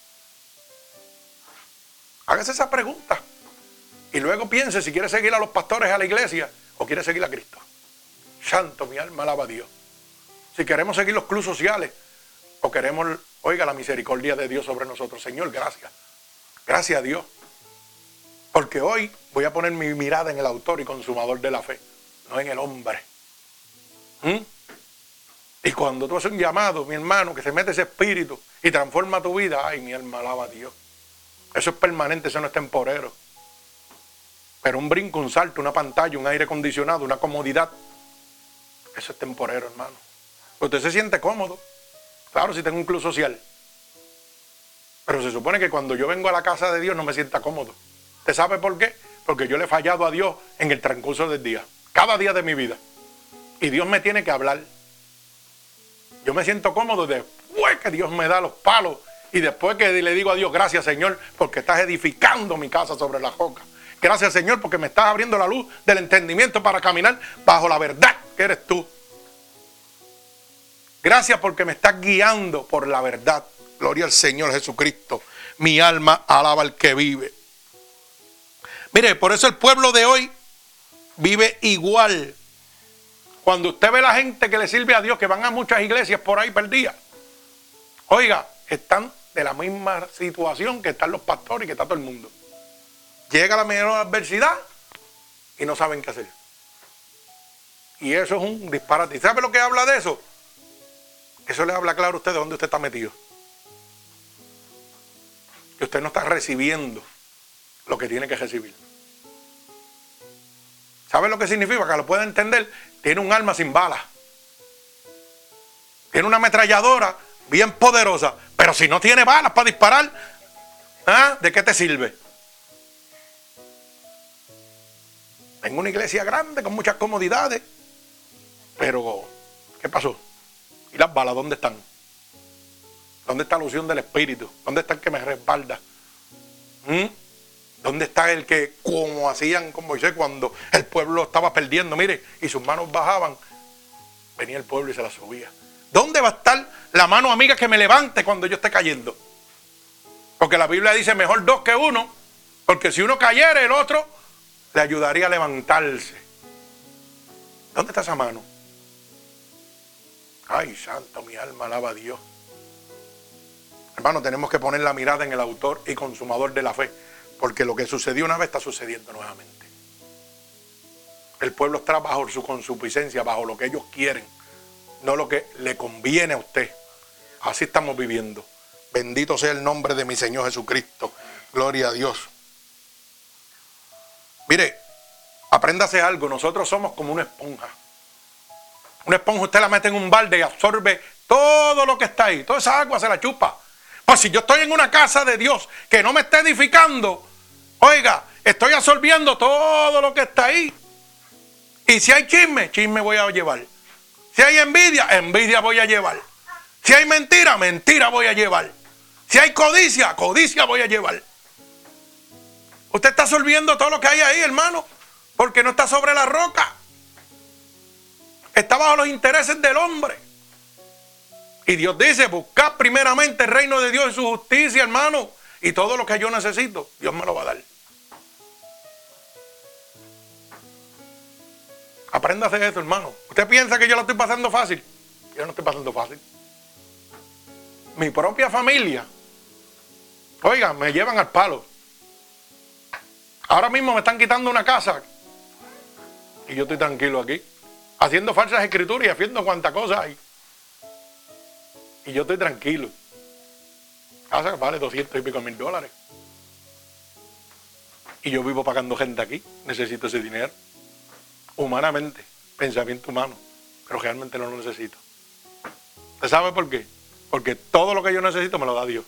Hágase esa pregunta. Y luego piense si quiere seguir a los pastores, a la iglesia, o quiere seguir a Cristo. Santo, mi alma alaba a Dios. Si queremos seguir los clubes sociales, o queremos, oiga, la misericordia de Dios sobre nosotros. Señor, gracias. Gracias a Dios. Porque hoy voy a poner mi mirada en el autor y consumador de la fe, no en el hombre. Y cuando tú haces un llamado, mi hermano, que se mete ese espíritu y transforma tu vida, ay, mi alma alaba a Dios. Eso es permanente, eso no es temporero. Pero un brinco, un salto, una pantalla, un aire acondicionado, una comodidad, eso es temporero, hermano. Usted se siente cómodo. Claro, si tengo un club social. Pero se supone que cuando yo vengo a la casa de Dios no me sienta cómodo. ¿Usted sabe por qué? Porque yo le he fallado a Dios en el transcurso del día. Cada día de mi vida. Y Dios me tiene que hablar. Yo me siento cómodo después que Dios me da los palos. Y después que le digo a Dios, gracias Señor, porque estás edificando mi casa sobre la roca. Gracias Señor, porque me estás abriendo la luz del entendimiento para caminar bajo la verdad que eres tú. Gracias porque me estás guiando por la verdad. Gloria al Señor Jesucristo. Mi alma alaba al que vive. Mire, por eso el pueblo de hoy vive igual. Cuando usted ve la gente que le sirve a Dios, que van a muchas iglesias por ahí perdidas, oiga, están de la misma situación que están los pastores y que está todo el mundo. Llega la menor adversidad y no saben qué hacer. Y eso es un disparate. ¿Y sabe lo que habla de eso? Eso le habla claro a usted de dónde usted está metido. Que usted no está recibiendo lo que tiene que recibir. ¿Sabe lo que significa? Que lo pueda entender. Tiene un arma sin balas. Tiene una ametralladora bien poderosa. Pero si no tiene balas para disparar, ¿ah? ¿De qué te sirve? En una iglesia grande con muchas comodidades. Pero, ¿qué pasó? ¿Y las balas dónde están? ¿Dónde está la unción del Espíritu? ¿Dónde está el que me respalda? ¿Dónde está el que, como hacían con Moisés cuando el pueblo estaba perdiendo, mire, y sus manos bajaban, venía el pueblo y se las subía? ¿Dónde va a estar la mano amiga que me levante cuando yo esté cayendo? Porque la Biblia dice mejor dos que uno, porque si uno cayera, el otro le ayudaría a levantarse. ¿Dónde está esa mano? Ay, santo, mi alma alaba a Dios. Hermano, tenemos que poner la mirada en el autor y consumador de la fe, porque lo que sucedió una vez está sucediendo nuevamente. El pueblo está bajo su consuficiencia, bajo lo que ellos quieren, no lo que le conviene a usted. Así estamos viviendo. Bendito sea el nombre de mi Señor Jesucristo. Gloria a Dios. Mire, apréndase algo. Nosotros somos como una esponja. Una esponja usted la mete en un balde y absorbe todo lo que está ahí. Toda esa agua se la chupa. Pues si yo estoy en una casa de Dios que no me está edificando, oiga, estoy absorbiendo todo lo que está ahí. Y si hay chisme, chisme voy a llevar. Si hay envidia, envidia voy a llevar. Si hay mentira, mentira voy a llevar. Si hay codicia, codicia voy a llevar. Usted está absorbiendo todo lo que hay ahí, hermano, porque no está sobre la roca. Está bajo los intereses del hombre. Y Dios dice, buscad primeramente el reino de Dios y su justicia, hermano. Y todo lo que yo necesito, Dios me lo va a dar. Apréndase eso, hermano. ¿Usted piensa que yo lo estoy pasando fácil? Yo no estoy pasando fácil. Mi propia familia, oiga, me llevan al palo. Ahora mismo me están quitando una casa. Y yo estoy tranquilo aquí, haciendo falsas escrituras y haciendo cuantas cosas hay. Y yo estoy tranquilo. Casa que vale 200 y pico mil dólares. Y yo vivo pagando gente aquí. Necesito ese dinero. Humanamente, pensamiento humano. Pero realmente no lo necesito. ¿Usted sabe por qué? Porque todo lo que yo necesito me lo da Dios.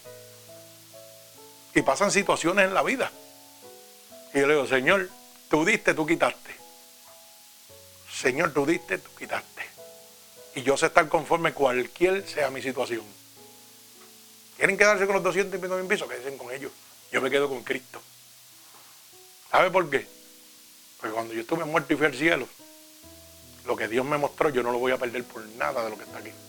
Y pasan situaciones en la vida. Y yo le digo, Señor, tú diste, tú quitaste. Señor, tú diste, tú quitaste. Y yo sé estar conforme cualquier sea mi situación. ¿Quieren quedarse con los 200 y pico mil pesos? Quédense con ellos. Yo me quedo con Cristo. ¿Sabe por qué? Porque cuando yo estuve muerto y fui al cielo, lo que Dios me mostró yo no lo voy a perder por nada de lo que está aquí.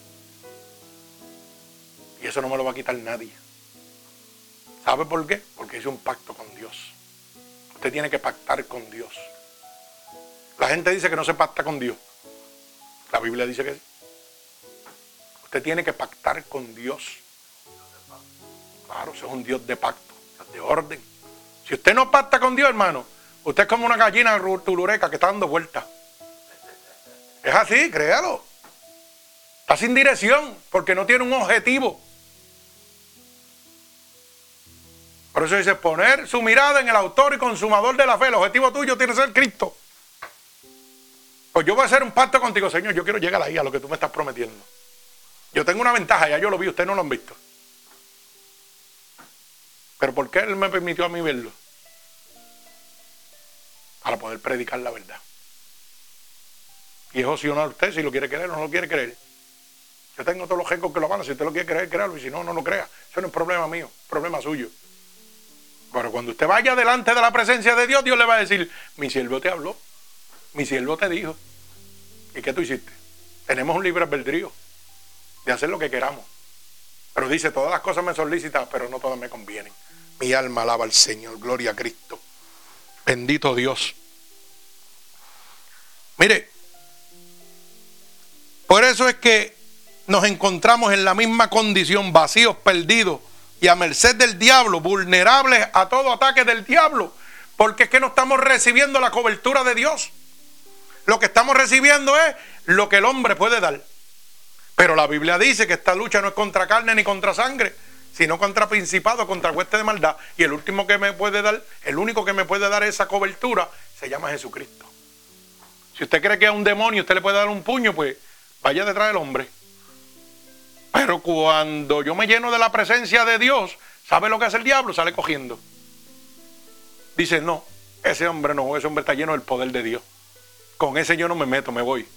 Y eso no me lo va a quitar nadie. ¿Sabe por qué? Porque hice un pacto con Dios. Usted tiene que pactar con Dios. La gente dice que no se pacta con Dios. La Biblia dice que sí. Usted tiene que pactar con Dios. Claro, eso es un Dios de pacto, de orden. Si usted no pacta con Dios, hermano, usted es como una gallina tulureca que está dando vueltas. Es así, créalo. Está sin dirección porque no tiene un objetivo. Por eso dice, poner su mirada en el autor y consumador de la fe. El objetivo tuyo tiene que ser Cristo. Pues yo voy a hacer un pacto contigo, Señor. Yo quiero llegar ahí a lo que tú me estás prometiendo. Yo tengo una ventaja, ya yo lo vi, ustedes no lo han visto. Pero ¿por qué Él me permitió a mí verlo? Para poder predicar la verdad. Y es opcional a usted si lo quiere creer o no lo quiere creer. Yo tengo todos los récords que lo van. Si usted lo quiere creer, créalo. Y si no, no lo crea. Eso no es problema mío, es problema suyo. Pero cuando usted vaya delante de la presencia de Dios, Dios le va a decir, mi siervo te habló, mi siervo te dijo. ¿Y qué tú hiciste? Tenemos un libre albedrío de hacer lo que queramos. Pero dice, todas las cosas me son lícitas, pero no todas me convienen. Mi alma alaba al Señor, gloria a Cristo. Bendito Dios. Mire, por eso es que nos encontramos en la misma condición, vacíos, perdidos y a merced del diablo, vulnerables a todo ataque del diablo, porque es que no estamos recibiendo la cobertura de Dios. Lo que estamos recibiendo es lo que el hombre puede dar. Pero la Biblia dice que esta lucha no es contra carne ni contra sangre, sino contra principados, contra huestes de maldad. Y el último que me puede dar, el único que me puede dar esa cobertura, se llama Jesucristo. Si usted cree que es un demonio, usted le puede dar un puño, pues vaya detrás del hombre. Pero cuando yo me lleno de la presencia de Dios, ¿sabe lo que hace el diablo? Sale cogiendo. Dice, no, ese hombre no, ese hombre está lleno del poder de Dios. Con ese yo no me meto, me voy.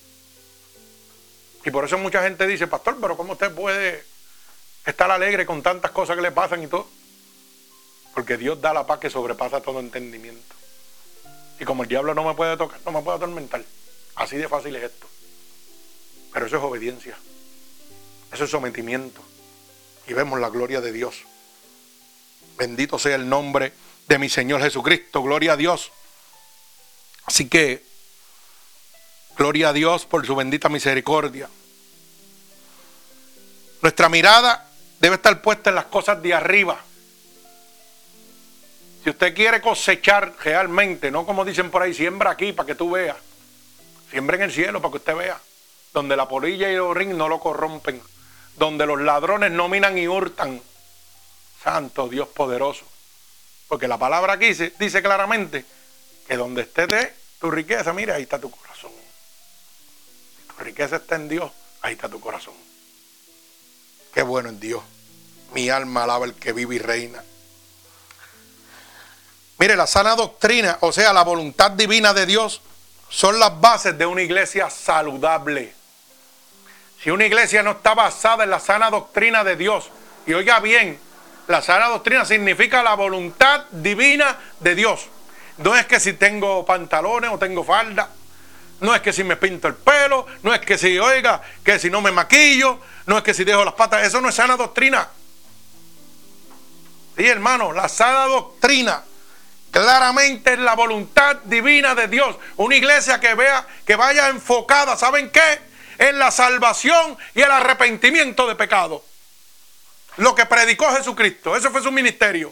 Y por eso mucha gente dice, pastor, pero ¿cómo usted puede estar alegre con tantas cosas que le pasan y todo? Porque Dios da la paz que sobrepasa todo entendimiento. Y como el diablo no me puede tocar, no me puede atormentar. Así de fácil es esto. Pero eso es obediencia. Eso es sometimiento. Y vemos la gloria de Dios. Bendito sea el nombre de mi Señor Jesucristo. Gloria a Dios. Así que, gloria a Dios por su bendita misericordia. Nuestra mirada debe estar puesta en las cosas de arriba. Si usted quiere cosechar realmente, no como dicen por ahí, siembra aquí para que tú veas. Siembra en el cielo para que usted vea. Donde la polilla y el orín no lo corrompen. Donde los ladrones no minan y hurtan. Santo Dios poderoso. Porque la palabra aquí dice claramente que donde esté tu riqueza, mira, ahí está tu corazón. Si tu riqueza está en Dios, ahí está tu corazón. Qué bueno es Dios. Mi alma alaba al que vive y reina. Mire, la sana doctrina, o sea, la voluntad divina de Dios, son las bases de una iglesia saludable. Si una iglesia no está basada en la sana doctrina de Dios, y oiga bien, la sana doctrina significa la voluntad divina de Dios. No es que si tengo pantalones o tengo falda, no es que si me pinto el pelo, no es que si, oiga, que si no me maquillo, no es que si dejo las patas, eso no es sana doctrina. Sí, hermano, la sana doctrina claramente es la voluntad divina de Dios. Una iglesia que vaya enfocada, ¿saben qué? En la salvación y el arrepentimiento de pecado. Lo que predicó Jesucristo, ese fue su ministerio.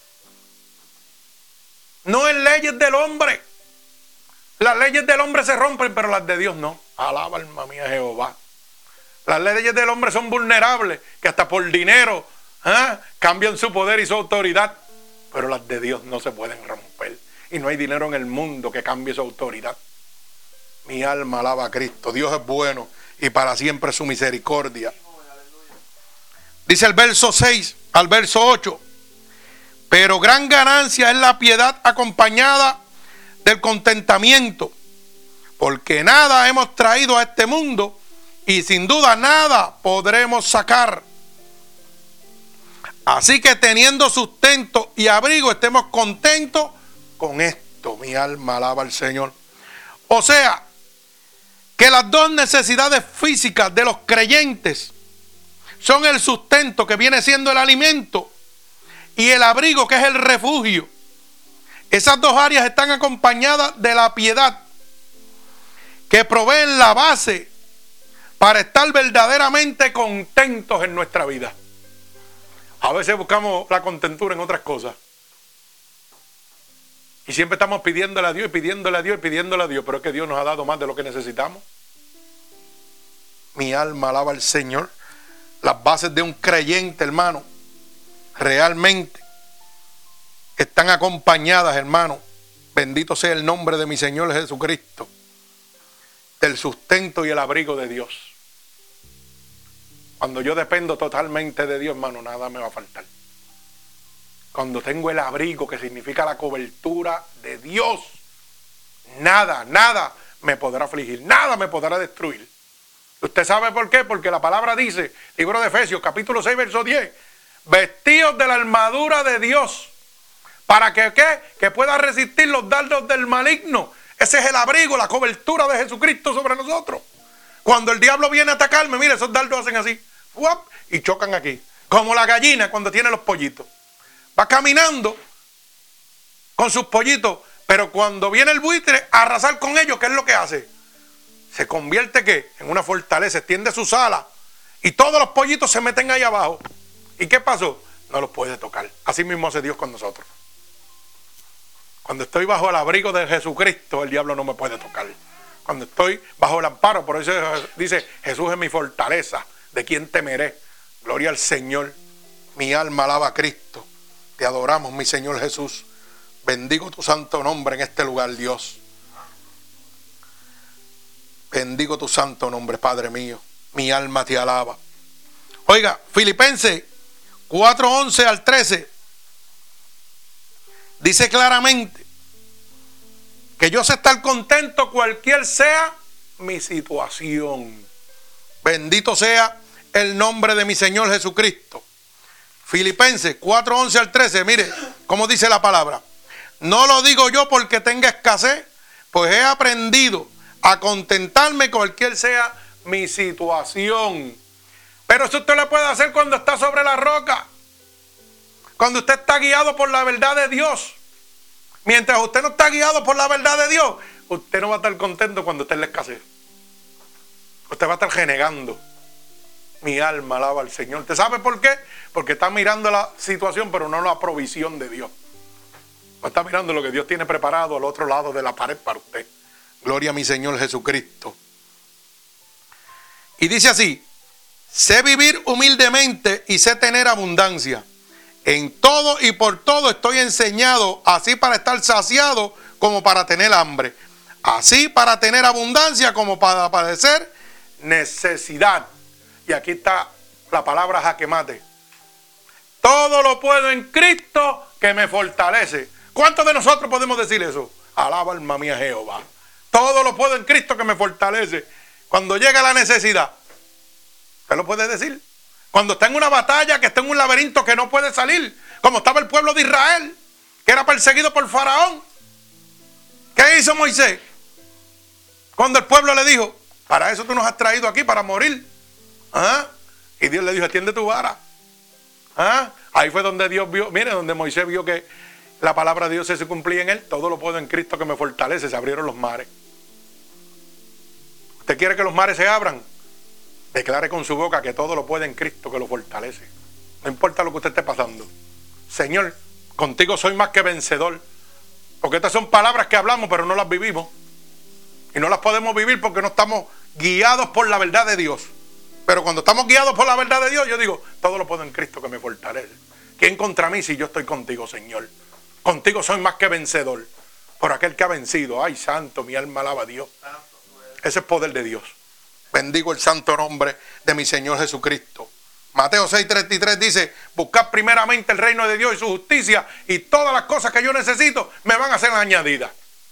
No en leyes del hombre. Las leyes del hombre se rompen, pero las de Dios no. Alaba alma mía Jehová. Las leyes del hombre son vulnerables, que hasta por dinero cambian su poder y su autoridad. Pero las de Dios no se pueden romper. Y no hay dinero en el mundo que cambie su autoridad. Mi alma alaba a Cristo. Dios es bueno y para siempre su misericordia. Dice el verso 6 al verso 8. Pero gran ganancia es la piedad acompañada del contentamiento, porque nada hemos traído a este mundo y sin duda nada podremos sacar. Así que teniendo sustento y abrigo, estemos contentos con esto. Mi alma alaba al Señor. O sea, que las dos necesidades físicas de los creyentes son el sustento, que viene siendo el alimento, y el abrigo, que es el refugio. Esas dos áreas están acompañadas de la piedad, que proveen la base para estar verdaderamente contentos en nuestra vida. A veces buscamos la contentura en otras cosas. Y siempre estamos pidiéndole a Dios, y pidiéndole a Dios, y pidiéndole a Dios. Pero es que Dios nos ha dado más de lo que necesitamos. Mi alma alaba al Señor. Las bases de un creyente, hermano, realmente están acompañadas, hermano, bendito sea el nombre de mi Señor Jesucristo, del sustento y el abrigo de Dios. Cuando yo dependo totalmente de Dios, hermano, nada me va a faltar. Cuando tengo el abrigo, que significa la cobertura de Dios, nada me podrá afligir, nada me podrá destruir. ¿Usted sabe por qué? Porque la palabra dice, libro de Efesios, capítulo 6, verso 10, vestidos de la armadura de Dios, para que ¿qué? Que pueda resistir los dardos del maligno. Ese es el abrigo, la cobertura de Jesucristo sobre nosotros. Cuando el diablo viene a atacarme, mire, esos dardos hacen así, ¡fuap! Y chocan aquí. Como la gallina cuando tiene los pollitos. Va caminando con sus pollitos, pero cuando viene el buitre a arrasar con ellos, ¿qué es lo que hace? Se convierte ¿qué? En una fortaleza, extiende sus alas y todos los pollitos se meten ahí abajo. ¿Y qué pasó? No los puede tocar. Así mismo hace Dios con nosotros. Cuando estoy bajo el abrigo de Jesucristo, el diablo no me puede tocar. Cuando estoy bajo el amparo, por eso dice, Jesús es mi fortaleza, ¿de quién temeré? Gloria al Señor. Mi alma alaba a Cristo. Te adoramos, mi Señor Jesús. Bendigo tu santo nombre en este lugar, Dios. Bendigo tu santo nombre, Padre mío. Mi alma te alaba. Oiga, Filipenses 4:11 al 13 dice claramente que yo sé estar contento cualquier sea mi situación. Bendito sea el nombre de mi Señor Jesucristo. Filipenses 4:11 al 13, mire cómo dice la palabra. No lo digo yo porque tenga escasez, pues he aprendido a contentarme cualquier sea mi situación. Pero eso usted lo puede hacer cuando está sobre la roca. Cuando usted está guiado por la verdad de Dios. Mientras usted no está guiado por la verdad de Dios, usted no va a estar contento cuando esté en la escasez. Usted va a estar renegando. Mi alma alaba al Señor. ¿Usted sabe por qué? Porque está mirando la situación, pero no la provisión de Dios. No está mirando lo que Dios tiene preparado al otro lado de la pared para usted. Gloria a mi Señor Jesucristo. Y dice así: sé vivir humildemente y sé tener abundancia. En todo y por todo estoy enseñado, así para estar saciado como para tener hambre, así para tener abundancia como para padecer necesidad. Y aquí está la palabra jaque mate. Todo lo puedo en Cristo que me fortalece. ¿Cuántos de nosotros podemos decir eso? Alaba alma mía Jehová. Todo lo puedo en Cristo que me fortalece. Cuando llega la necesidad, ¿usted lo puede decir? Cuando está en una batalla, que está en un laberinto que no puede salir, como estaba el pueblo de Israel, que era perseguido por Faraón. ¿Qué hizo Moisés? Cuando el pueblo le dijo, para eso tú nos has traído aquí, para morir. ¿Ah? Y Dios le dijo, extiende tu vara. ¿Ah? Ahí fue donde Dios vio, mire, donde Moisés vio que la palabra de Dios se cumplía en él. Todo lo puedo en Cristo que me fortalece. Se abrieron los mares. ¿Usted quiere que los mares se abran? Declare con su boca que todo lo puede en Cristo que lo fortalece. No importa lo que usted esté pasando. Señor, contigo soy más que vencedor. Porque estas son palabras que hablamos pero no las vivimos. Y no las podemos vivir porque no estamos guiados por la verdad de Dios. Pero cuando estamos guiados por la verdad de Dios, yo digo, todo lo puedo en Cristo que me fortalece. ¿Quién contra mí si yo estoy contigo, Señor? Contigo soy más que vencedor. Por aquel que ha vencido. Ay, santo, mi alma alaba a Dios. Ese es poder de Dios. Bendigo el santo nombre de mi Señor Jesucristo. Mateo 6:33 dice, buscad primeramente el reino de Dios y su justicia, y todas las cosas que yo necesito me van a ser añadidas.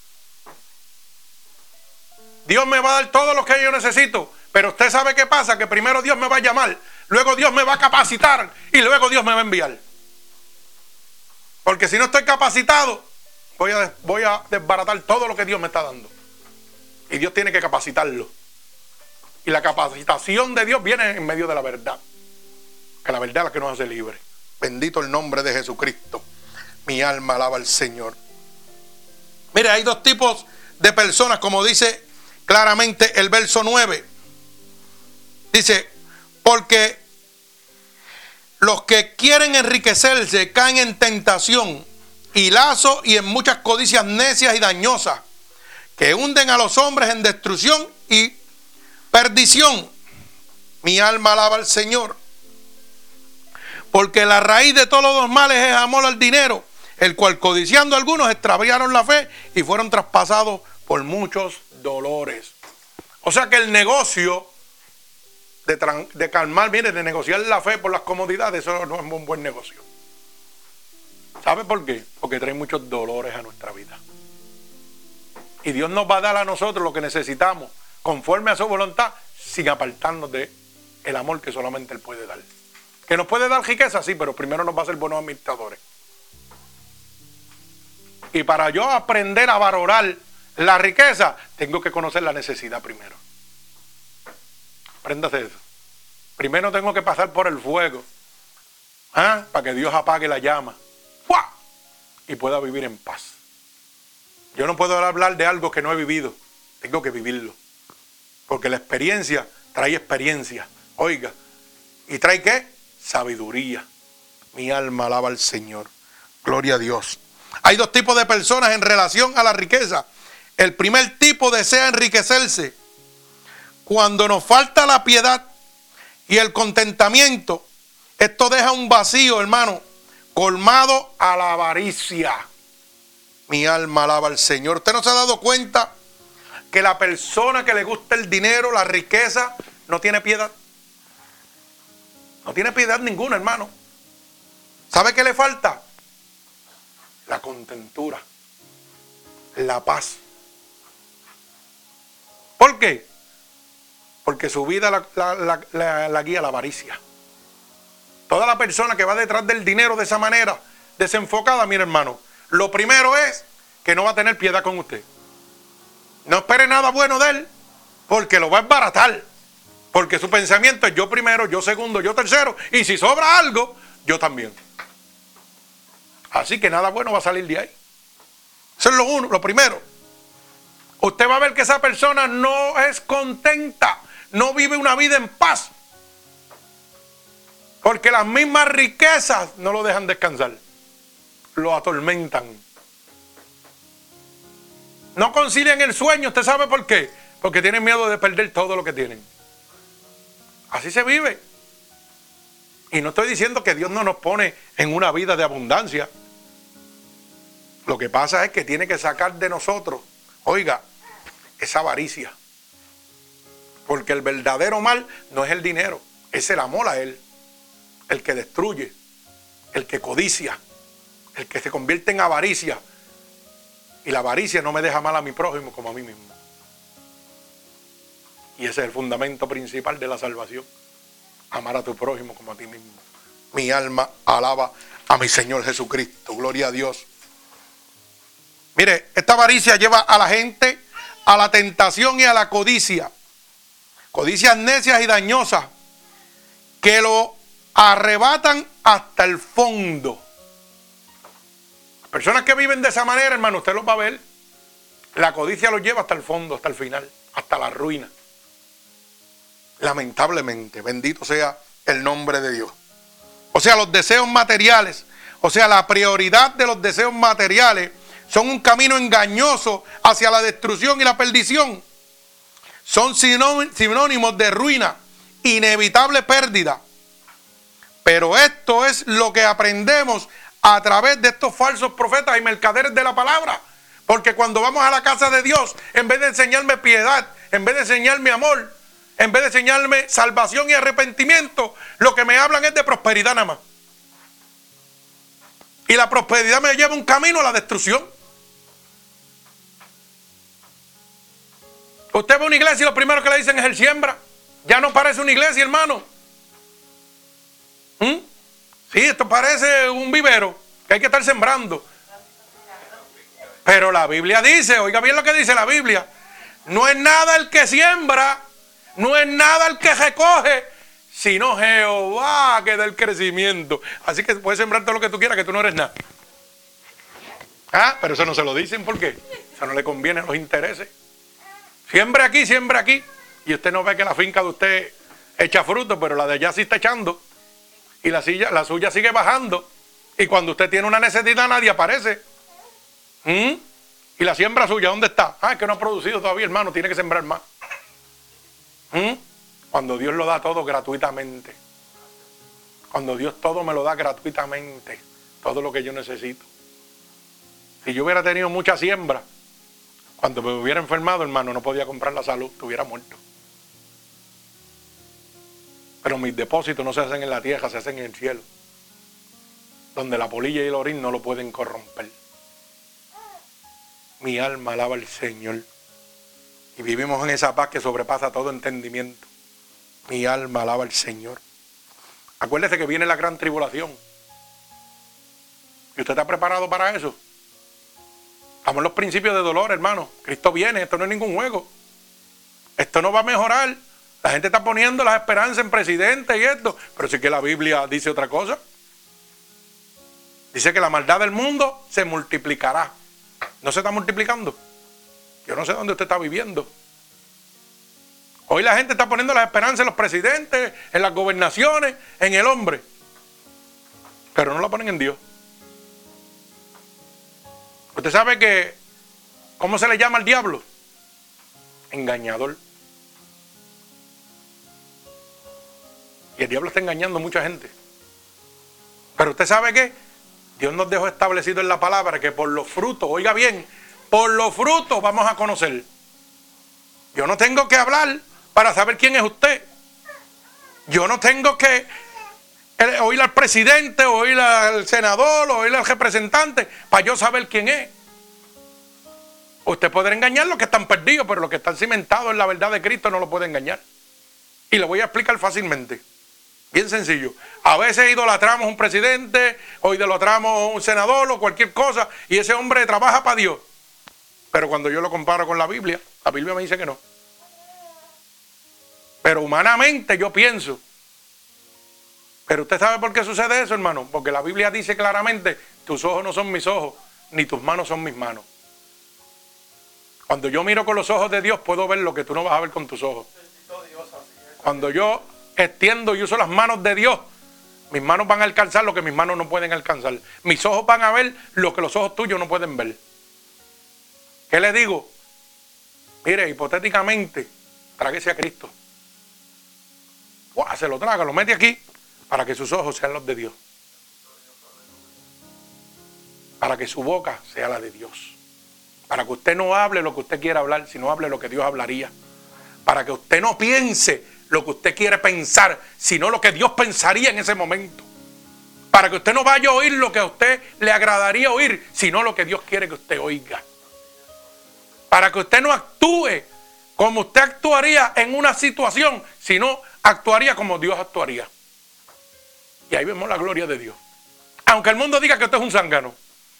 Dios me va a dar todo lo que yo necesito, pero usted sabe qué pasa, que primero Dios me va a llamar, luego Dios me va a capacitar y luego Dios me va a enviar. Porque si no estoy capacitado, voy a desbaratar todo lo que Dios me está dando. Y Dios tiene que capacitarlo. Y la capacitación de Dios viene en medio de la verdad. Que la verdad es la que nos hace libres. Bendito el nombre de Jesucristo. Mi alma alaba al Señor. Mire, hay dos tipos de personas, como dice claramente el verso 9. Dice, porque los que quieren enriquecerse caen en tentación y lazo y en muchas codicias necias y dañosas, que hunden a los hombres en destrucción y perdición. Mi alma alaba al Señor. Porque la raíz de todos los males es amor al dinero, el cual codiciando algunos extraviaron la fe y fueron traspasados por muchos dolores. O sea que el negocio de calmar, mire, de negociar la fe por las comodidades, eso no es un buen negocio. ¿Sabe por qué? Porque trae muchos dolores a nuestra vida. Y Dios nos va a dar a nosotros lo que necesitamos, conforme a su voluntad, sin apartarnos de el amor que solamente Él puede dar. Que nos puede dar riqueza, sí, pero primero nos va a hacer buenos administradores. Y para yo aprender a valorar la riqueza, tengo que conocer la necesidad primero. Apréndase eso. Primero tengo que pasar por el fuego, para que Dios apague la llama. ¡Fua! Y pueda vivir en paz. Yo no puedo hablar de algo que no he vivido. Tengo que vivirlo. Porque la experiencia trae experiencia. Oiga. ¿Y trae qué? Sabiduría. Mi alma alaba al Señor. Gloria a Dios. Hay dos tipos de personas en relación a la riqueza. El primer tipo desea enriquecerse cuando nos falta la piedad y el contentamiento. Esto deja un vacío, hermano, colmado a la avaricia. Mi alma alaba al Señor. ¿Usted no se ha dado cuenta que la persona que le gusta el dinero, la riqueza, no tiene piedad? No tiene piedad ninguna, hermano. ¿Sabe qué le falta? La contentura, la paz. ¿Por qué? Porque su vida la guía la avaricia. Toda la persona que va detrás del dinero de esa manera, desenfocada, mire hermano, lo primero es que no va a tener piedad con usted. No espere nada bueno de él, porque lo va a desbaratar. Porque su pensamiento es yo primero, yo segundo, yo tercero, y si sobra algo, yo también. Así que nada bueno va a salir de ahí. Eso es lo primero. Usted va a ver que esa persona no es contenta, no vive una vida en paz. Porque las mismas riquezas no lo dejan descansar. Lo atormentan. No concilian el sueño. ¿Usted sabe por qué? Porque tienen miedo de perder todo lo que tienen. Así se vive. Y no estoy diciendo que Dios no nos pone en una vida de abundancia. Lo que pasa es que tiene que sacar de nosotros, oiga, esa avaricia. Porque el verdadero mal no es el dinero, es el amor a Él. El que destruye, el que codicia, el que se convierte en avaricia. Y la avaricia no me deja mal a mi prójimo como a mí mismo. Y ese es el fundamento principal de la salvación. Amar a tu prójimo como a ti mismo. Mi alma alaba a mi Señor Jesucristo. Gloria a Dios. Mire, esta avaricia lleva a la gente a la tentación y a la codicia. Codicias necias y dañosas que lo arrebatan hasta el fondo. Las personas que viven de esa manera, hermano, usted los va a ver. La codicia los lleva hasta el fondo, hasta el final, hasta la ruina. Lamentablemente, bendito sea el nombre de Dios. O sea, los deseos materiales, o sea, la prioridad de los deseos materiales son un camino engañoso hacia la destrucción y la perdición. Son sinónimos de ruina, inevitable pérdida. Pero esto es lo que aprendemos a través de estos falsos profetas y mercaderes de la palabra. Porque cuando vamos a la casa de Dios, en vez de enseñarme piedad, en vez de enseñarme amor, en vez de enseñarme salvación y arrepentimiento, lo que me hablan es de prosperidad nada más. Y la prosperidad me lleva un camino a la destrucción. Usted ve una iglesia y lo primero que le dicen es el siembra. Ya no parece una iglesia, hermano. Sí, esto parece un vivero que hay que estar sembrando. Pero la Biblia dice, oiga bien lo que dice la Biblia, no es nada el que siembra, no es nada el que recoge, sino Jehová que da el crecimiento. Así que puedes sembrar todo lo que tú quieras, que tú no eres nada. Pero eso no se lo dicen, ¿por qué? Eso no le conviene a los intereses. Siembre aquí, siembre aquí. Y usted no ve que la finca de usted echa fruto, pero la de allá sí está echando. Y la suya sigue bajando. Y cuando usted tiene una necesidad, nadie aparece. Y la siembra suya, ¿dónde está? Es que no ha producido todavía, hermano, tiene que sembrar más. Cuando Dios lo da todo gratuitamente. Cuando Dios todo me lo da gratuitamente. Todo lo que yo necesito. Si yo hubiera tenido mucha siembra, cuando me hubiera enfermado, hermano, no podía comprar la salud, estuviera muerto. Pero mis depósitos no se hacen en la tierra, se hacen en el cielo, donde la polilla y el orín no lo pueden corromper. Mi alma alaba al Señor. Y vivimos en esa paz que sobrepasa todo entendimiento. Mi alma alaba al Señor. Acuérdese que viene la gran tribulación. ¿Y usted está preparado para eso? Estamos en los principios de dolor, hermano. Cristo viene, esto no es ningún juego. Esto no va a mejorar. La gente está poniendo las esperanzas en presidente y esto. Pero sí que la Biblia dice otra cosa. Dice que la maldad del mundo se multiplicará. ¿No se está multiplicando? Yo no sé dónde usted está viviendo. Hoy la gente está poniendo las esperanzas en los presidentes, en las gobernaciones, en el hombre. Pero no la ponen en Dios. Usted sabe que, ¿cómo se le llama al diablo? Engañador. Y el diablo está engañando a mucha gente. Pero usted sabe que Dios nos dejó establecido en la palabra que por los frutos, oiga bien, por los frutos vamos a conocer. Yo no tengo que hablar para saber quién es usted. Yo no tengo que oír al presidente, oír al senador, oír al representante para yo saber quién es. Usted podrá engañar los que están perdidos, pero los que están cimentados en la verdad de Cristo no lo puede engañar. Y lo voy a explicar fácilmente. Bien sencillo. A veces idolatramos un presidente o idolatramos un senador o cualquier cosa y ese hombre trabaja para Dios. Pero cuando yo lo comparo con la Biblia me dice que no. Pero humanamente yo pienso. Pero usted sabe por qué sucede eso, hermano. Porque la Biblia dice claramente, tus ojos no son mis ojos, ni tus manos son mis manos. Cuando yo miro con los ojos de Dios, puedo ver lo que tú no vas a ver con tus ojos. Cuando yo extiendo y uso las manos de Dios, mis manos van a alcanzar lo que mis manos no pueden alcanzar. Mis ojos van a ver lo que los ojos tuyos no pueden ver. ¿Qué le digo? Mire, hipotéticamente, tráguese a Cristo. ¡Buah! Se lo traga, lo mete aquí para que sus ojos sean los de Dios. Para que su boca sea la de Dios. Para que usted no hable lo que usted quiera hablar, sino hable lo que Dios hablaría. Para que usted no piense lo que usted quiere pensar, sino lo que Dios pensaría en ese momento. Para que usted no vaya a oír lo que a usted le agradaría oír, sino lo que Dios quiere que usted oiga. Para que usted no actúe como usted actuaría en una situación, sino actuaría como Dios actuaría. Y ahí vemos la gloria de Dios. Aunque el mundo diga que usted es un zángano.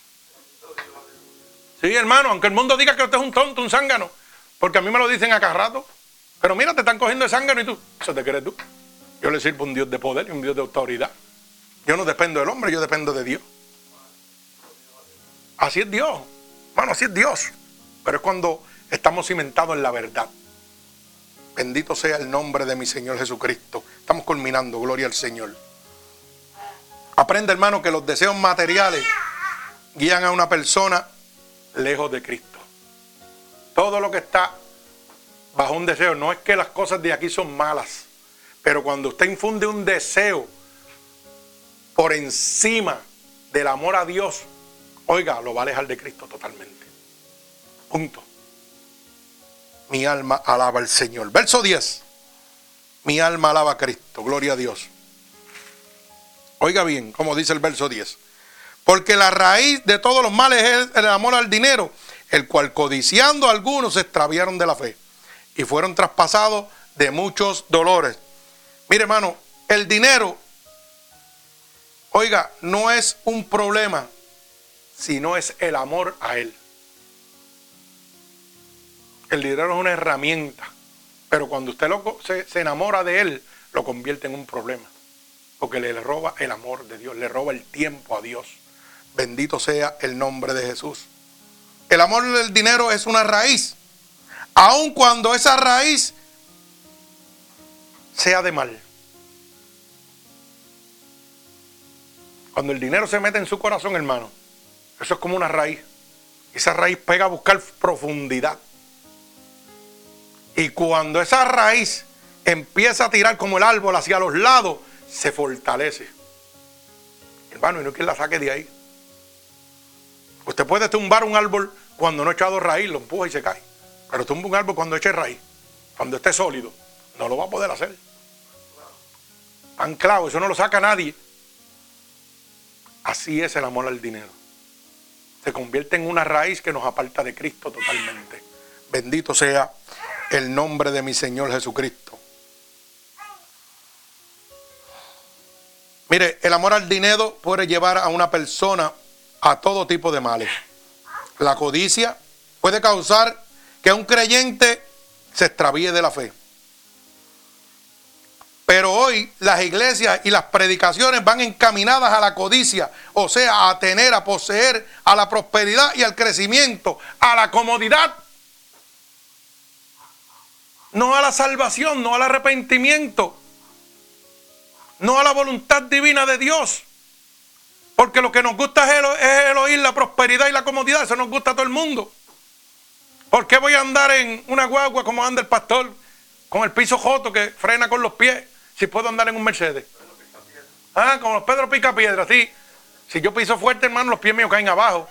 Sí, hermano, aunque el mundo diga que usted es un tonto, un zángano. Porque a mí me lo dicen a cada rato. Pero mira, te están cogiendo de zángano y tú. ¿Eso te crees tú? Yo le sirvo a un Dios de poder y un Dios de autoridad. Yo no dependo del hombre, yo dependo de Dios. Así es Dios. Bueno, así es Dios. Pero es cuando estamos cimentados en la verdad. Bendito sea el nombre de mi Señor Jesucristo. Estamos culminando, gloria al Señor. Aprende, hermano, que los deseos materiales guían a una persona lejos de Cristo. Todo lo que está bajo un deseo, no es que las cosas de aquí son malas, pero cuando usted infunde un deseo por encima del amor a Dios, oiga, lo va a alejar de Cristo totalmente. Punto. Mi alma alaba al Señor. Verso 10. Mi alma alaba a Cristo. Gloria a Dios. Oiga bien, como dice el verso 10. Porque la raíz de todos los males es el amor al dinero, el cual codiciando algunos se extraviaron de la fe y fueron traspasados de muchos dolores. Mire, hermano, el dinero, oiga, no es un problema, sino es el amor a Él. El dinero es una herramienta, pero cuando usted se enamora de Él, lo convierte en un problema, porque le roba el amor de Dios, le roba el tiempo a Dios. Bendito sea el nombre de Jesús. El amor del dinero es una raíz, aun cuando esa raíz sea de mal. Cuando el dinero se mete en su corazón, hermano, eso es como una raíz. Esa raíz pega a buscar profundidad. Y cuando esa raíz empieza a tirar como el árbol hacia los lados, se fortalece. Hermano, y no hay quien la saque de ahí. Usted puede tumbar un árbol cuando no ha echado raíz, lo empuja y se cae. Pero tumba un árbol cuando eche raíz, cuando esté sólido, no lo va a poder hacer. Anclado, eso no lo saca nadie. Así es el amor al dinero. Se convierte en una raíz que nos aparta de Cristo totalmente. Bendito sea el nombre de mi Señor Jesucristo. Mire, el amor al dinero puede llevar a una persona a todo tipo de males. La codicia puede causar que un creyente se extravíe de la fe. Pero hoy las iglesias y las predicaciones van encaminadas a la codicia, o sea, a tener, a poseer, a la prosperidad y al crecimiento, a la comodidad. No a la salvación, no al arrepentimiento, no a la voluntad divina de Dios. Porque lo que nos gusta es el oír la prosperidad y la comodidad. Eso nos gusta a todo el mundo. ¿Por qué voy a andar en una guagua como anda el pastor, con el piso joto que frena con los pies, si puedo andar en un Mercedes? Como los Pedro Picapiedra, sí. Si yo piso fuerte, hermano, los pies míos caen abajo.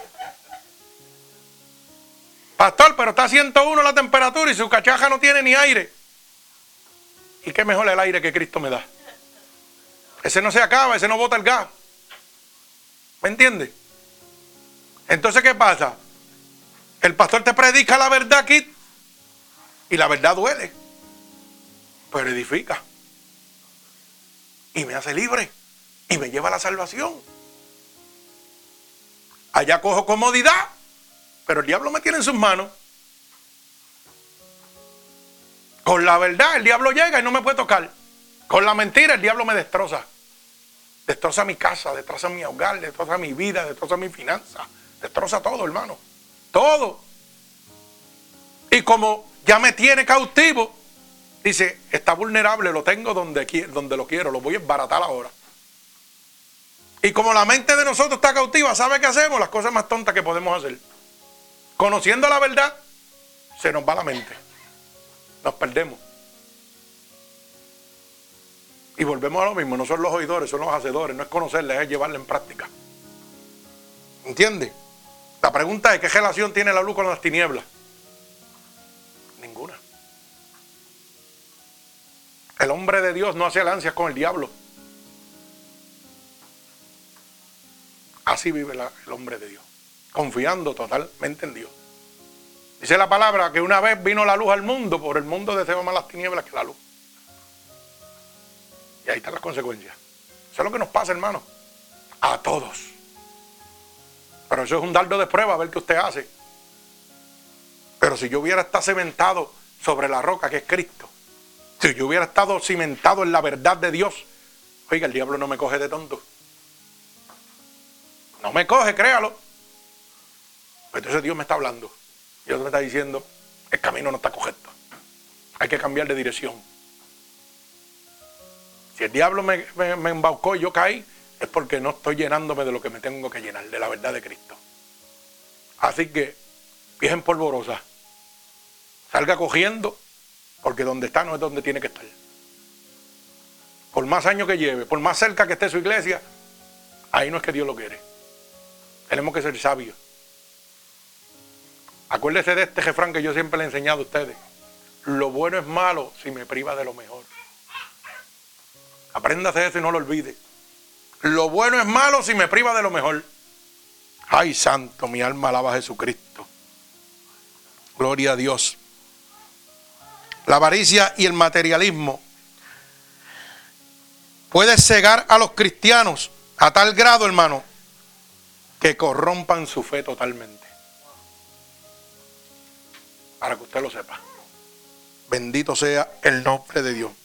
Pastor, pero está a 101 la temperatura y su cachaja no tiene ni aire. ¿Y qué mejor el aire que Cristo me da? Ese no se acaba, ese no bota el gas. ¿Me entiende? Entonces, ¿qué pasa? El pastor te predica la verdad aquí y la verdad duele, pero edifica y me hace libre y me lleva a la salvación. Allá cojo comodidad, pero el diablo me tiene en sus manos. Con la verdad el diablo llega y no me puede tocar. Con la mentira el diablo me destroza. Destroza mi casa, destroza mi hogar, destroza mi vida, destroza mi finanza, destroza todo, hermano. Todo. Y como ya me tiene cautivo, dice, está vulnerable, lo tengo donde lo quiero, lo voy a embaratar ahora. Y como la mente de nosotros está cautiva, ¿sabe qué hacemos? Las cosas más tontas que podemos hacer. Conociendo la verdad, se nos va la mente. Nos perdemos. Y volvemos a lo mismo, no son los oidores, son los hacedores. No es conocerla, es llevarla en práctica. ¿Entiende? La pregunta es, ¿qué relación tiene la luz con las tinieblas? Ninguna. El hombre de Dios no hace alianzas con el diablo. Así vive el hombre de Dios, confiando totalmente en Dios. Dice la palabra que una vez vino la luz al mundo, por el mundo desea más las tinieblas que la luz. Y ahí están las consecuencias. Eso es lo que nos pasa, hermano. A todos. Pero eso es un dardo de prueba, a ver qué usted hace. Pero si yo hubiera estado cimentado sobre la roca que es Cristo, si yo hubiera estado cimentado en la verdad de Dios, oiga, el diablo no me coge de tonto. No me coge, créalo. Entonces Dios me está hablando. Dios me está diciendo, el camino no está correcto. Hay que cambiar de dirección. Si el diablo me embaucó y yo caí, es porque no estoy llenándome de lo que me tengo que llenar, de la verdad de Cristo. Así que, pies en polvorosa, salga cogiendo, porque donde está no es donde tiene que estar. Por más años que lleve, por más cerca que esté su iglesia, ahí no es que Dios lo quiere. Tenemos que ser sabios. Acuérdese de este refrán que yo siempre le he enseñado a ustedes. Lo bueno es malo si me priva de lo mejor. Apréndase eso y no lo olvide. Lo bueno es malo si me priva de lo mejor. Ay, santo, mi alma alaba a Jesucristo. Gloria a Dios. La avaricia y el materialismo puede cegar a los cristianos a tal grado, hermano, que corrompan su fe totalmente. Para que usted lo sepa. Bendito sea el nombre de Dios.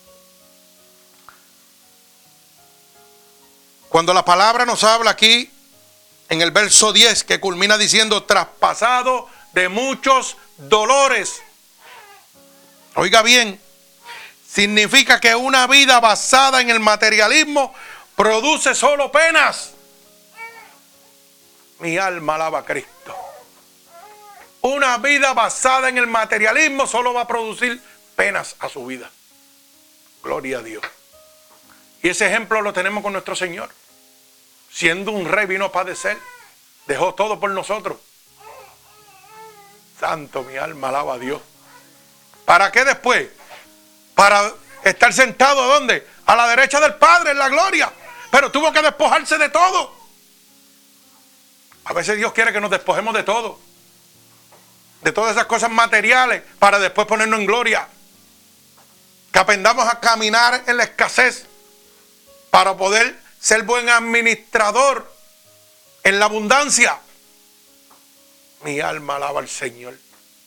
Cuando la palabra nos habla aquí, en el verso 10, que culmina diciendo, traspasado de muchos dolores. Oiga bien, significa que una vida basada en el materialismo produce solo penas. Mi alma alaba a Cristo. Una vida basada en el materialismo solo va a producir penas a su vida. Gloria a Dios. Y ese ejemplo lo tenemos con nuestro Señor. Siendo un rey vino a padecer. Dejó todo por nosotros. Santo, mi alma alaba a Dios. ¿Para qué después? Para estar sentado ¿a dónde? A la derecha del Padre en la gloria. Pero tuvo que despojarse de todo. A veces Dios quiere que nos despojemos de todo. De todas esas cosas materiales para después ponernos en gloria. Que aprendamos a caminar en la escasez para poder ser buen administrador en la abundancia. Mi alma alaba al Señor.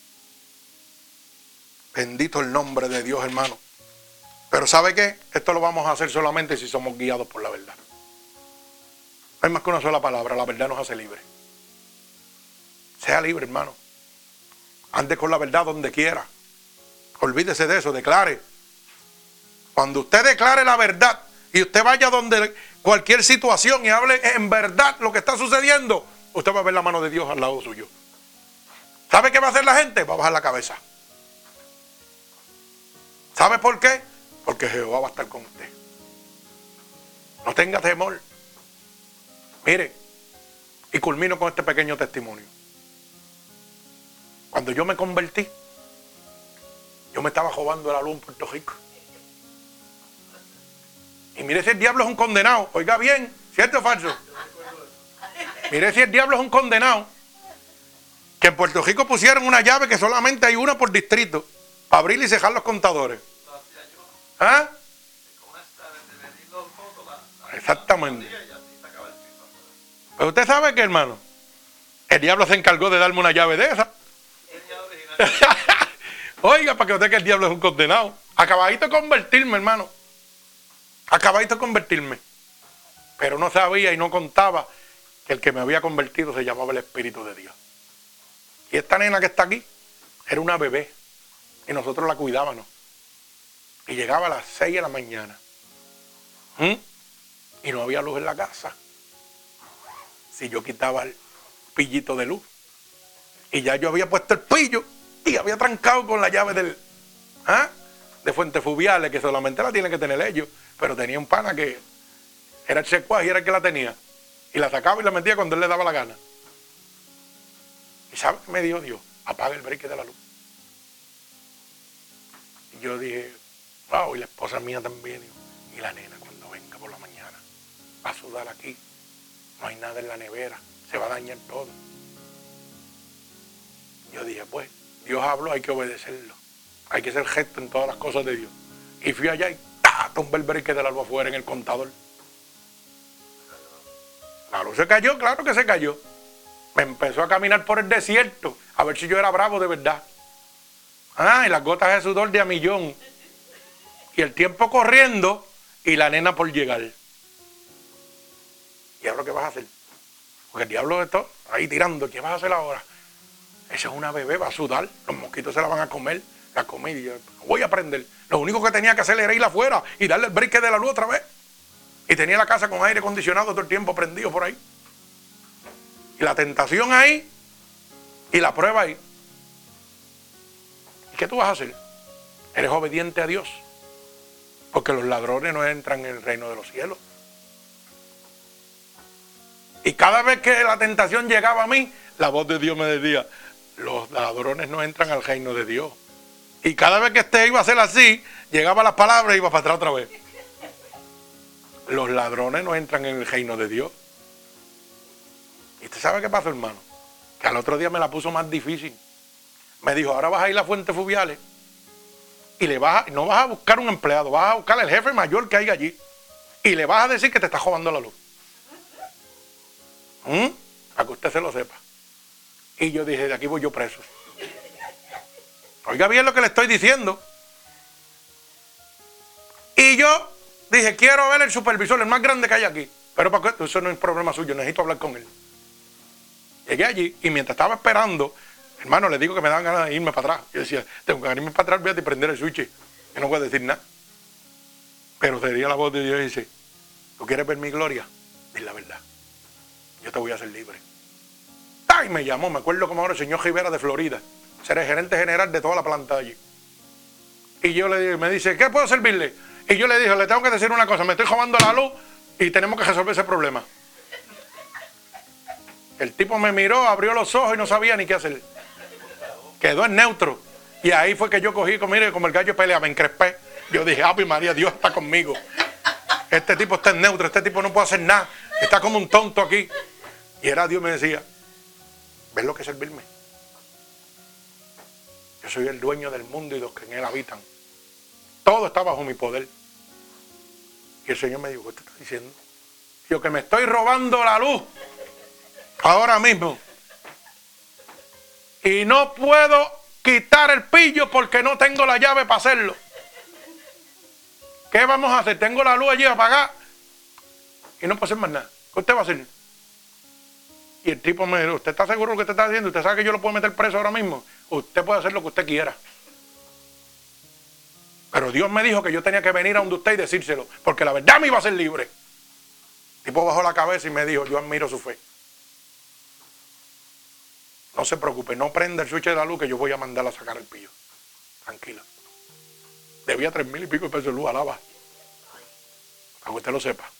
Bendito el nombre de Dios, hermano. Pero ¿sabe qué? Esto lo vamos a hacer solamente si somos guiados por la verdad. No hay más que una sola palabra. La verdad nos hace libres. Sea libre, hermano. Ande con la verdad donde quiera. Olvídese de eso, declare. Cuando usted declare la verdad y usted vaya donde cualquier situación y hable en verdad lo que está sucediendo, usted va a ver la mano de Dios al lado suyo. ¿Sabe qué va a hacer la gente? Va a bajar la cabeza. ¿Sabe por qué? Porque Jehová va a estar con usted. No tenga temor. Mire, y culmino con este pequeño testimonio. Cuando yo me convertí, yo me estaba robando la luz en Puerto Rico. Y mire si el diablo es un condenado. Oiga bien, ¿cierto o falso? Mire si el diablo es un condenado. Que en Puerto Rico pusieron una llave que solamente hay una por distrito. Para abrir y cerrar los contadores. ¿Ah? Exactamente. Pero usted sabe que, hermano, el diablo se encargó de darme una llave de esa. Oiga, para que usted que el diablo es un condenado. Acabadito de convertirme, hermano. Acabadito de convertirme. Pero no sabía y no contaba que el que me había convertido se llamaba el Espíritu de Dios. Y esta nena que está aquí era una bebé. Y nosotros la cuidábamos. Y llegaba a las 6 de la mañana. Y no había luz en la casa. Si yo quitaba el pillito de luz. Y ya yo había puesto el pillo y había trancado con la llave de fuentes fluviales, que solamente la tienen que tener ellos. Pero tenía un pana que era el secuaz y era el que la tenía. Y la sacaba y la metía cuando él le daba la gana. ¿Y sabe qué me dijo Dios? Apaga el break de la luz. Y yo dije, wow, y la esposa mía también. Y la nena cuando venga por la mañana va a sudar aquí. No hay nada en la nevera. Se va a dañar todo. Yo dije, pues, Dios habló, hay que obedecerlo. Hay que ser gesto en todas las cosas de Dios. Y fui allá y tumbé el breque de la luz afuera en el contador. La luz se cayó, claro que se cayó. Me empezó a caminar por el desierto, a ver si yo era bravo de verdad. Y las gotas de sudor de a millón. Y el tiempo corriendo y la nena por llegar. ¿Y ahora qué vas a hacer? Porque el diablo está ahí tirando. ¿Qué vas a hacer ahora? Esa es una bebé, va a sudar. Los mosquitos se la van a comer. La comí y yo voy a aprender. Lo único que tenía que hacer era ir afuera y darle el break de la luz otra vez. Y tenía la casa con aire acondicionado todo el tiempo prendido por ahí. Y la tentación ahí y la prueba ahí. ¿Y qué tú vas a hacer? Eres obediente a Dios. Porque los ladrones no entran en el reino de los cielos. Y cada vez que la tentación llegaba a mí, la voz de Dios me decía, los ladrones no entran al reino de Dios. Y cada vez que este iba a ser así, llegaba las palabras y iba para atrás otra vez. Los ladrones no entran en el reino de Dios. ¿Y usted sabe qué pasó, hermano? Que al otro día me la puso más difícil. Me dijo, ahora vas a ir a Fuentes Fluviales y no vas a buscar un empleado, vas a buscar al jefe mayor que hay allí y le vas a decir que te está robando la luz. Para que usted se lo sepa. Y yo dije, de aquí voy yo preso. Oiga bien lo que le estoy diciendo. Y yo dije, quiero ver el supervisor, el más grande que hay aquí. Pero para qué, eso no es problema suyo, necesito hablar con él. Llegué allí y mientras estaba esperando, hermano, le digo que me daban ganas de irme para atrás. Yo decía, tengo que irme para atrás, voy a prender el switch. Yo no voy a decir nada. Pero sería la voz de Dios y dice, ¿tú quieres ver mi gloria? Dile la verdad. Yo te voy a hacer libre. Y me llamó, me acuerdo como ahora el señor Rivera de Florida. Ser el gerente general de toda la planta de allí. Y yo le digo, me dice, ¿qué puedo servirle? Y yo le dije, le tengo que decir una cosa, me estoy robando la luz y tenemos que resolver ese problema. El tipo me miró, abrió los ojos y no sabía ni qué hacer. Quedó en neutro. Y ahí fue que yo cogí, mire, como el gallo de pelea, me encrespé. Yo dije, ¡Ave María, Dios está conmigo! Este tipo está en neutro, este tipo no puede hacer nada. Está como un tonto aquí. Y era Dios me decía, ¿ves lo que es servirme? Yo soy el dueño del mundo y los que en él habitan. Todo está bajo mi poder. Y el Señor me dijo, ¿qué te está diciendo? Yo que me estoy robando la luz ahora mismo. Y no puedo quitar el pillo porque no tengo la llave para hacerlo. ¿Qué vamos a hacer? Tengo la luz allí apagada y no puedo hacer más nada. ¿Qué usted va a hacer? Y el tipo me dijo, ¿usted está seguro de lo que usted está haciendo? ¿Usted sabe que yo lo puedo meter preso ahora mismo? Usted puede hacer lo que usted quiera. Pero Dios me dijo que yo tenía que venir a donde usted y decírselo, porque la verdad me iba a hacer libre. El tipo bajó la cabeza y me dijo, yo admiro su fe. No se preocupe, no prenda el switch de la luz que yo voy a mandarla a sacar el pillo. Tranquila. Debía 3,000 y pico de pesos de luz, alaba. Para que usted lo sepa.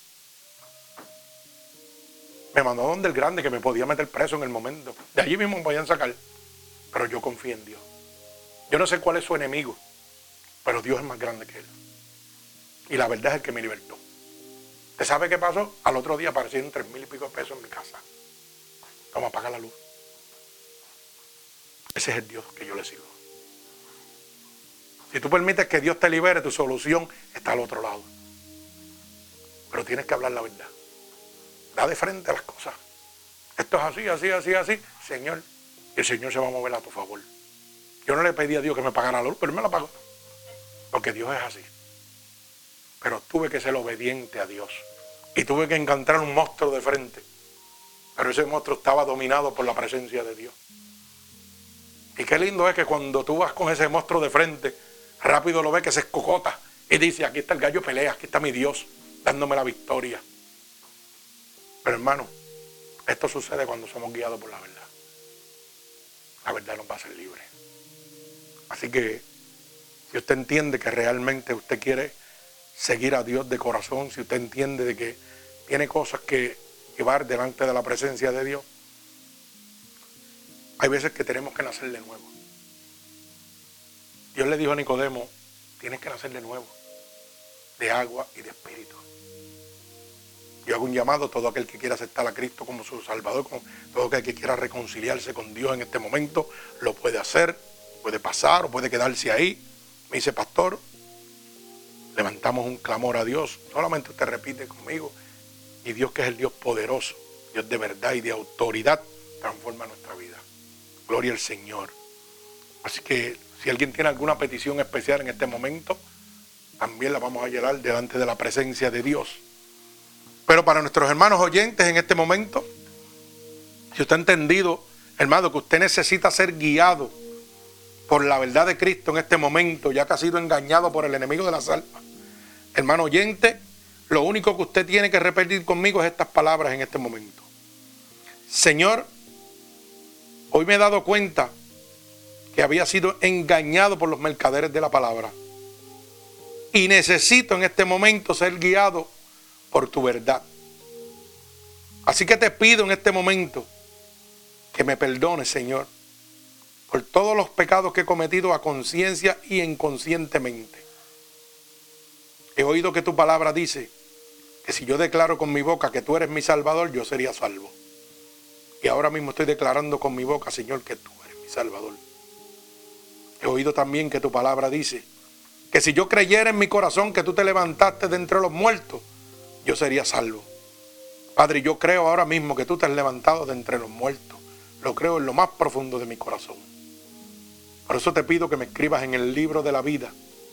Me mandó donde el grande que me podía meter preso en el momento. De allí mismo me podían sacar. Pero yo confío en Dios. Yo no sé cuál es su enemigo, pero Dios es más grande que él. Y la verdad es el que me libertó. ¿Usted sabe qué pasó? Al otro día aparecieron 3,000 y pico de pesos en mi casa. Vamos a apagar la luz. Ese es el Dios que yo le sigo. Si tú permites que Dios te libere, tu solución está al otro lado. Pero tienes que hablar la verdad. Da de frente a las cosas. Esto es así, así, así, así. Señor, y el Señor se va a mover a tu favor. Yo no le pedí a Dios que me pagara la luz, pero Él me la pagó. Porque Dios es así. Pero tuve que ser obediente a Dios. Y tuve que encontrar un monstruo de frente. Pero ese monstruo estaba dominado por la presencia de Dios. Y qué lindo es que cuando tú vas con ese monstruo de frente, rápido lo ves que se escocota. Y dice, aquí está el gallo pelea, aquí está mi Dios, dándome la victoria. Pero hermano, esto sucede cuando somos guiados por la verdad. La verdad nos va a hacer libres. Así que, si usted entiende que realmente usted quiere seguir a Dios de corazón, si usted entiende de que tiene cosas que llevar delante de la presencia de Dios, hay veces que tenemos que nacer de nuevo. Dios le dijo a Nicodemo, tienes que nacer de nuevo, de agua y de espíritu. Yo hago un llamado a todo aquel que quiera aceptar a Cristo como su Salvador, como todo aquel que quiera reconciliarse con Dios en este momento, lo puede hacer, puede pasar o puede quedarse ahí. Me dice, pastor, levantamos un clamor a Dios. Solamente usted repite conmigo. Y Dios, que es el Dios poderoso, Dios de verdad y de autoridad, transforma nuestra vida. Gloria al Señor. Así que si alguien tiene alguna petición especial en este momento, también la vamos a llevar delante de la presencia de Dios. Pero para nuestros hermanos oyentes en este momento, si usted ha entendido, hermano, que usted necesita ser guiado por la verdad de Cristo en este momento, ya que ha sido engañado por el enemigo de las almas, hermano oyente, lo único que usted tiene que repetir conmigo es estas palabras en este momento. Señor, hoy me he dado cuenta que había sido engañado por los mercaderes de la palabra. Y necesito en este momento ser guiado por tu verdad. Así que te pido en este momento que me perdones, Señor, por todos los pecados que he cometido a conciencia y inconscientemente. He oído que tu palabra dice que si yo declaro con mi boca que tú eres mi Salvador, yo sería salvo. Y ahora mismo estoy declarando con mi boca, Señor, que tú eres mi Salvador. He oído también que tu palabra dice que si yo creyera en mi corazón que tú te levantaste de entre los muertos, yo sería salvo. Padre, yo creo ahora mismo que tú te has levantado de entre los muertos. Lo creo en lo más profundo de mi corazón. Por eso te pido que me escribas en el libro de la vida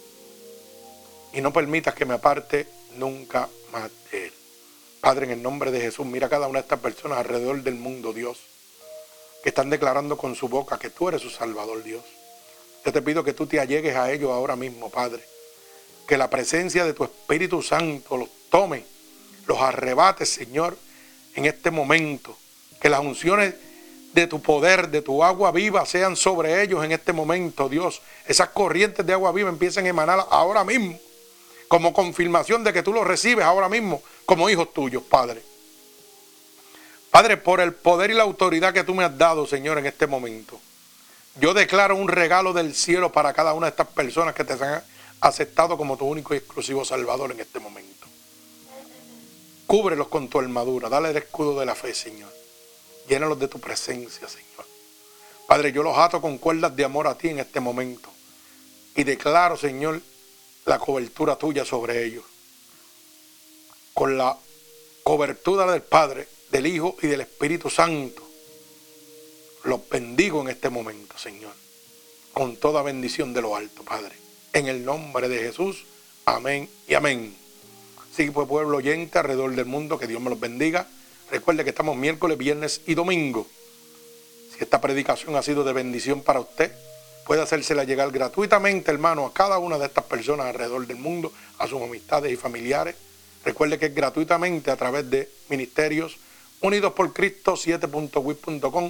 y no permitas que me aparte nunca más de él. Padre, en el nombre de Jesús, mira a cada una de estas personas alrededor del mundo, Dios, que están declarando con su boca que tú eres su Salvador, Dios. Yo te pido que tú te allegues a ellos ahora mismo, Padre. Que la presencia de tu Espíritu Santo los tome, los arrebate, Señor, en este momento. Que las unciones de tu poder, de tu agua viva, sean sobre ellos en este momento, Dios. Esas corrientes de agua viva empiecen a emanar ahora mismo, como confirmación de que tú los recibes ahora mismo como hijos tuyos, Padre. Padre, por el poder y la autoridad que tú me has dado, Señor, en este momento, yo declaro un regalo del cielo para cada una de estas personas que te han aceptado como tu único y exclusivo Salvador en este momento. Cúbrelos con tu armadura, dale el escudo de la fe, Señor. Llénalos de tu presencia, Señor. Padre, yo los ato con cuerdas de amor a ti en este momento. Y declaro, Señor, la cobertura tuya sobre ellos. Con la cobertura del Padre, del Hijo y del Espíritu Santo. Los bendigo en este momento, Señor. Con toda bendición de lo alto, Padre. En el nombre de Jesús. Amén y amén. Así que, pues, pueblo oyente alrededor del mundo, que Dios me los bendiga. Recuerde que estamos miércoles, viernes y domingo. Si esta predicación ha sido de bendición para usted, puede hacérsela llegar gratuitamente, hermano, a cada una de estas personas alrededor del mundo, a sus amistades y familiares. Recuerde que es gratuitamente a través de Ministerios Unidos por Cristo 7.wib.com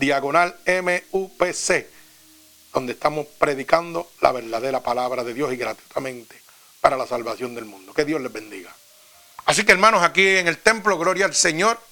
/MUPC, donde estamos predicando la verdadera palabra de Dios y gratuitamente para la salvación del mundo. Que Dios les bendiga. Así que, hermanos, aquí en el templo, gloria al Señor.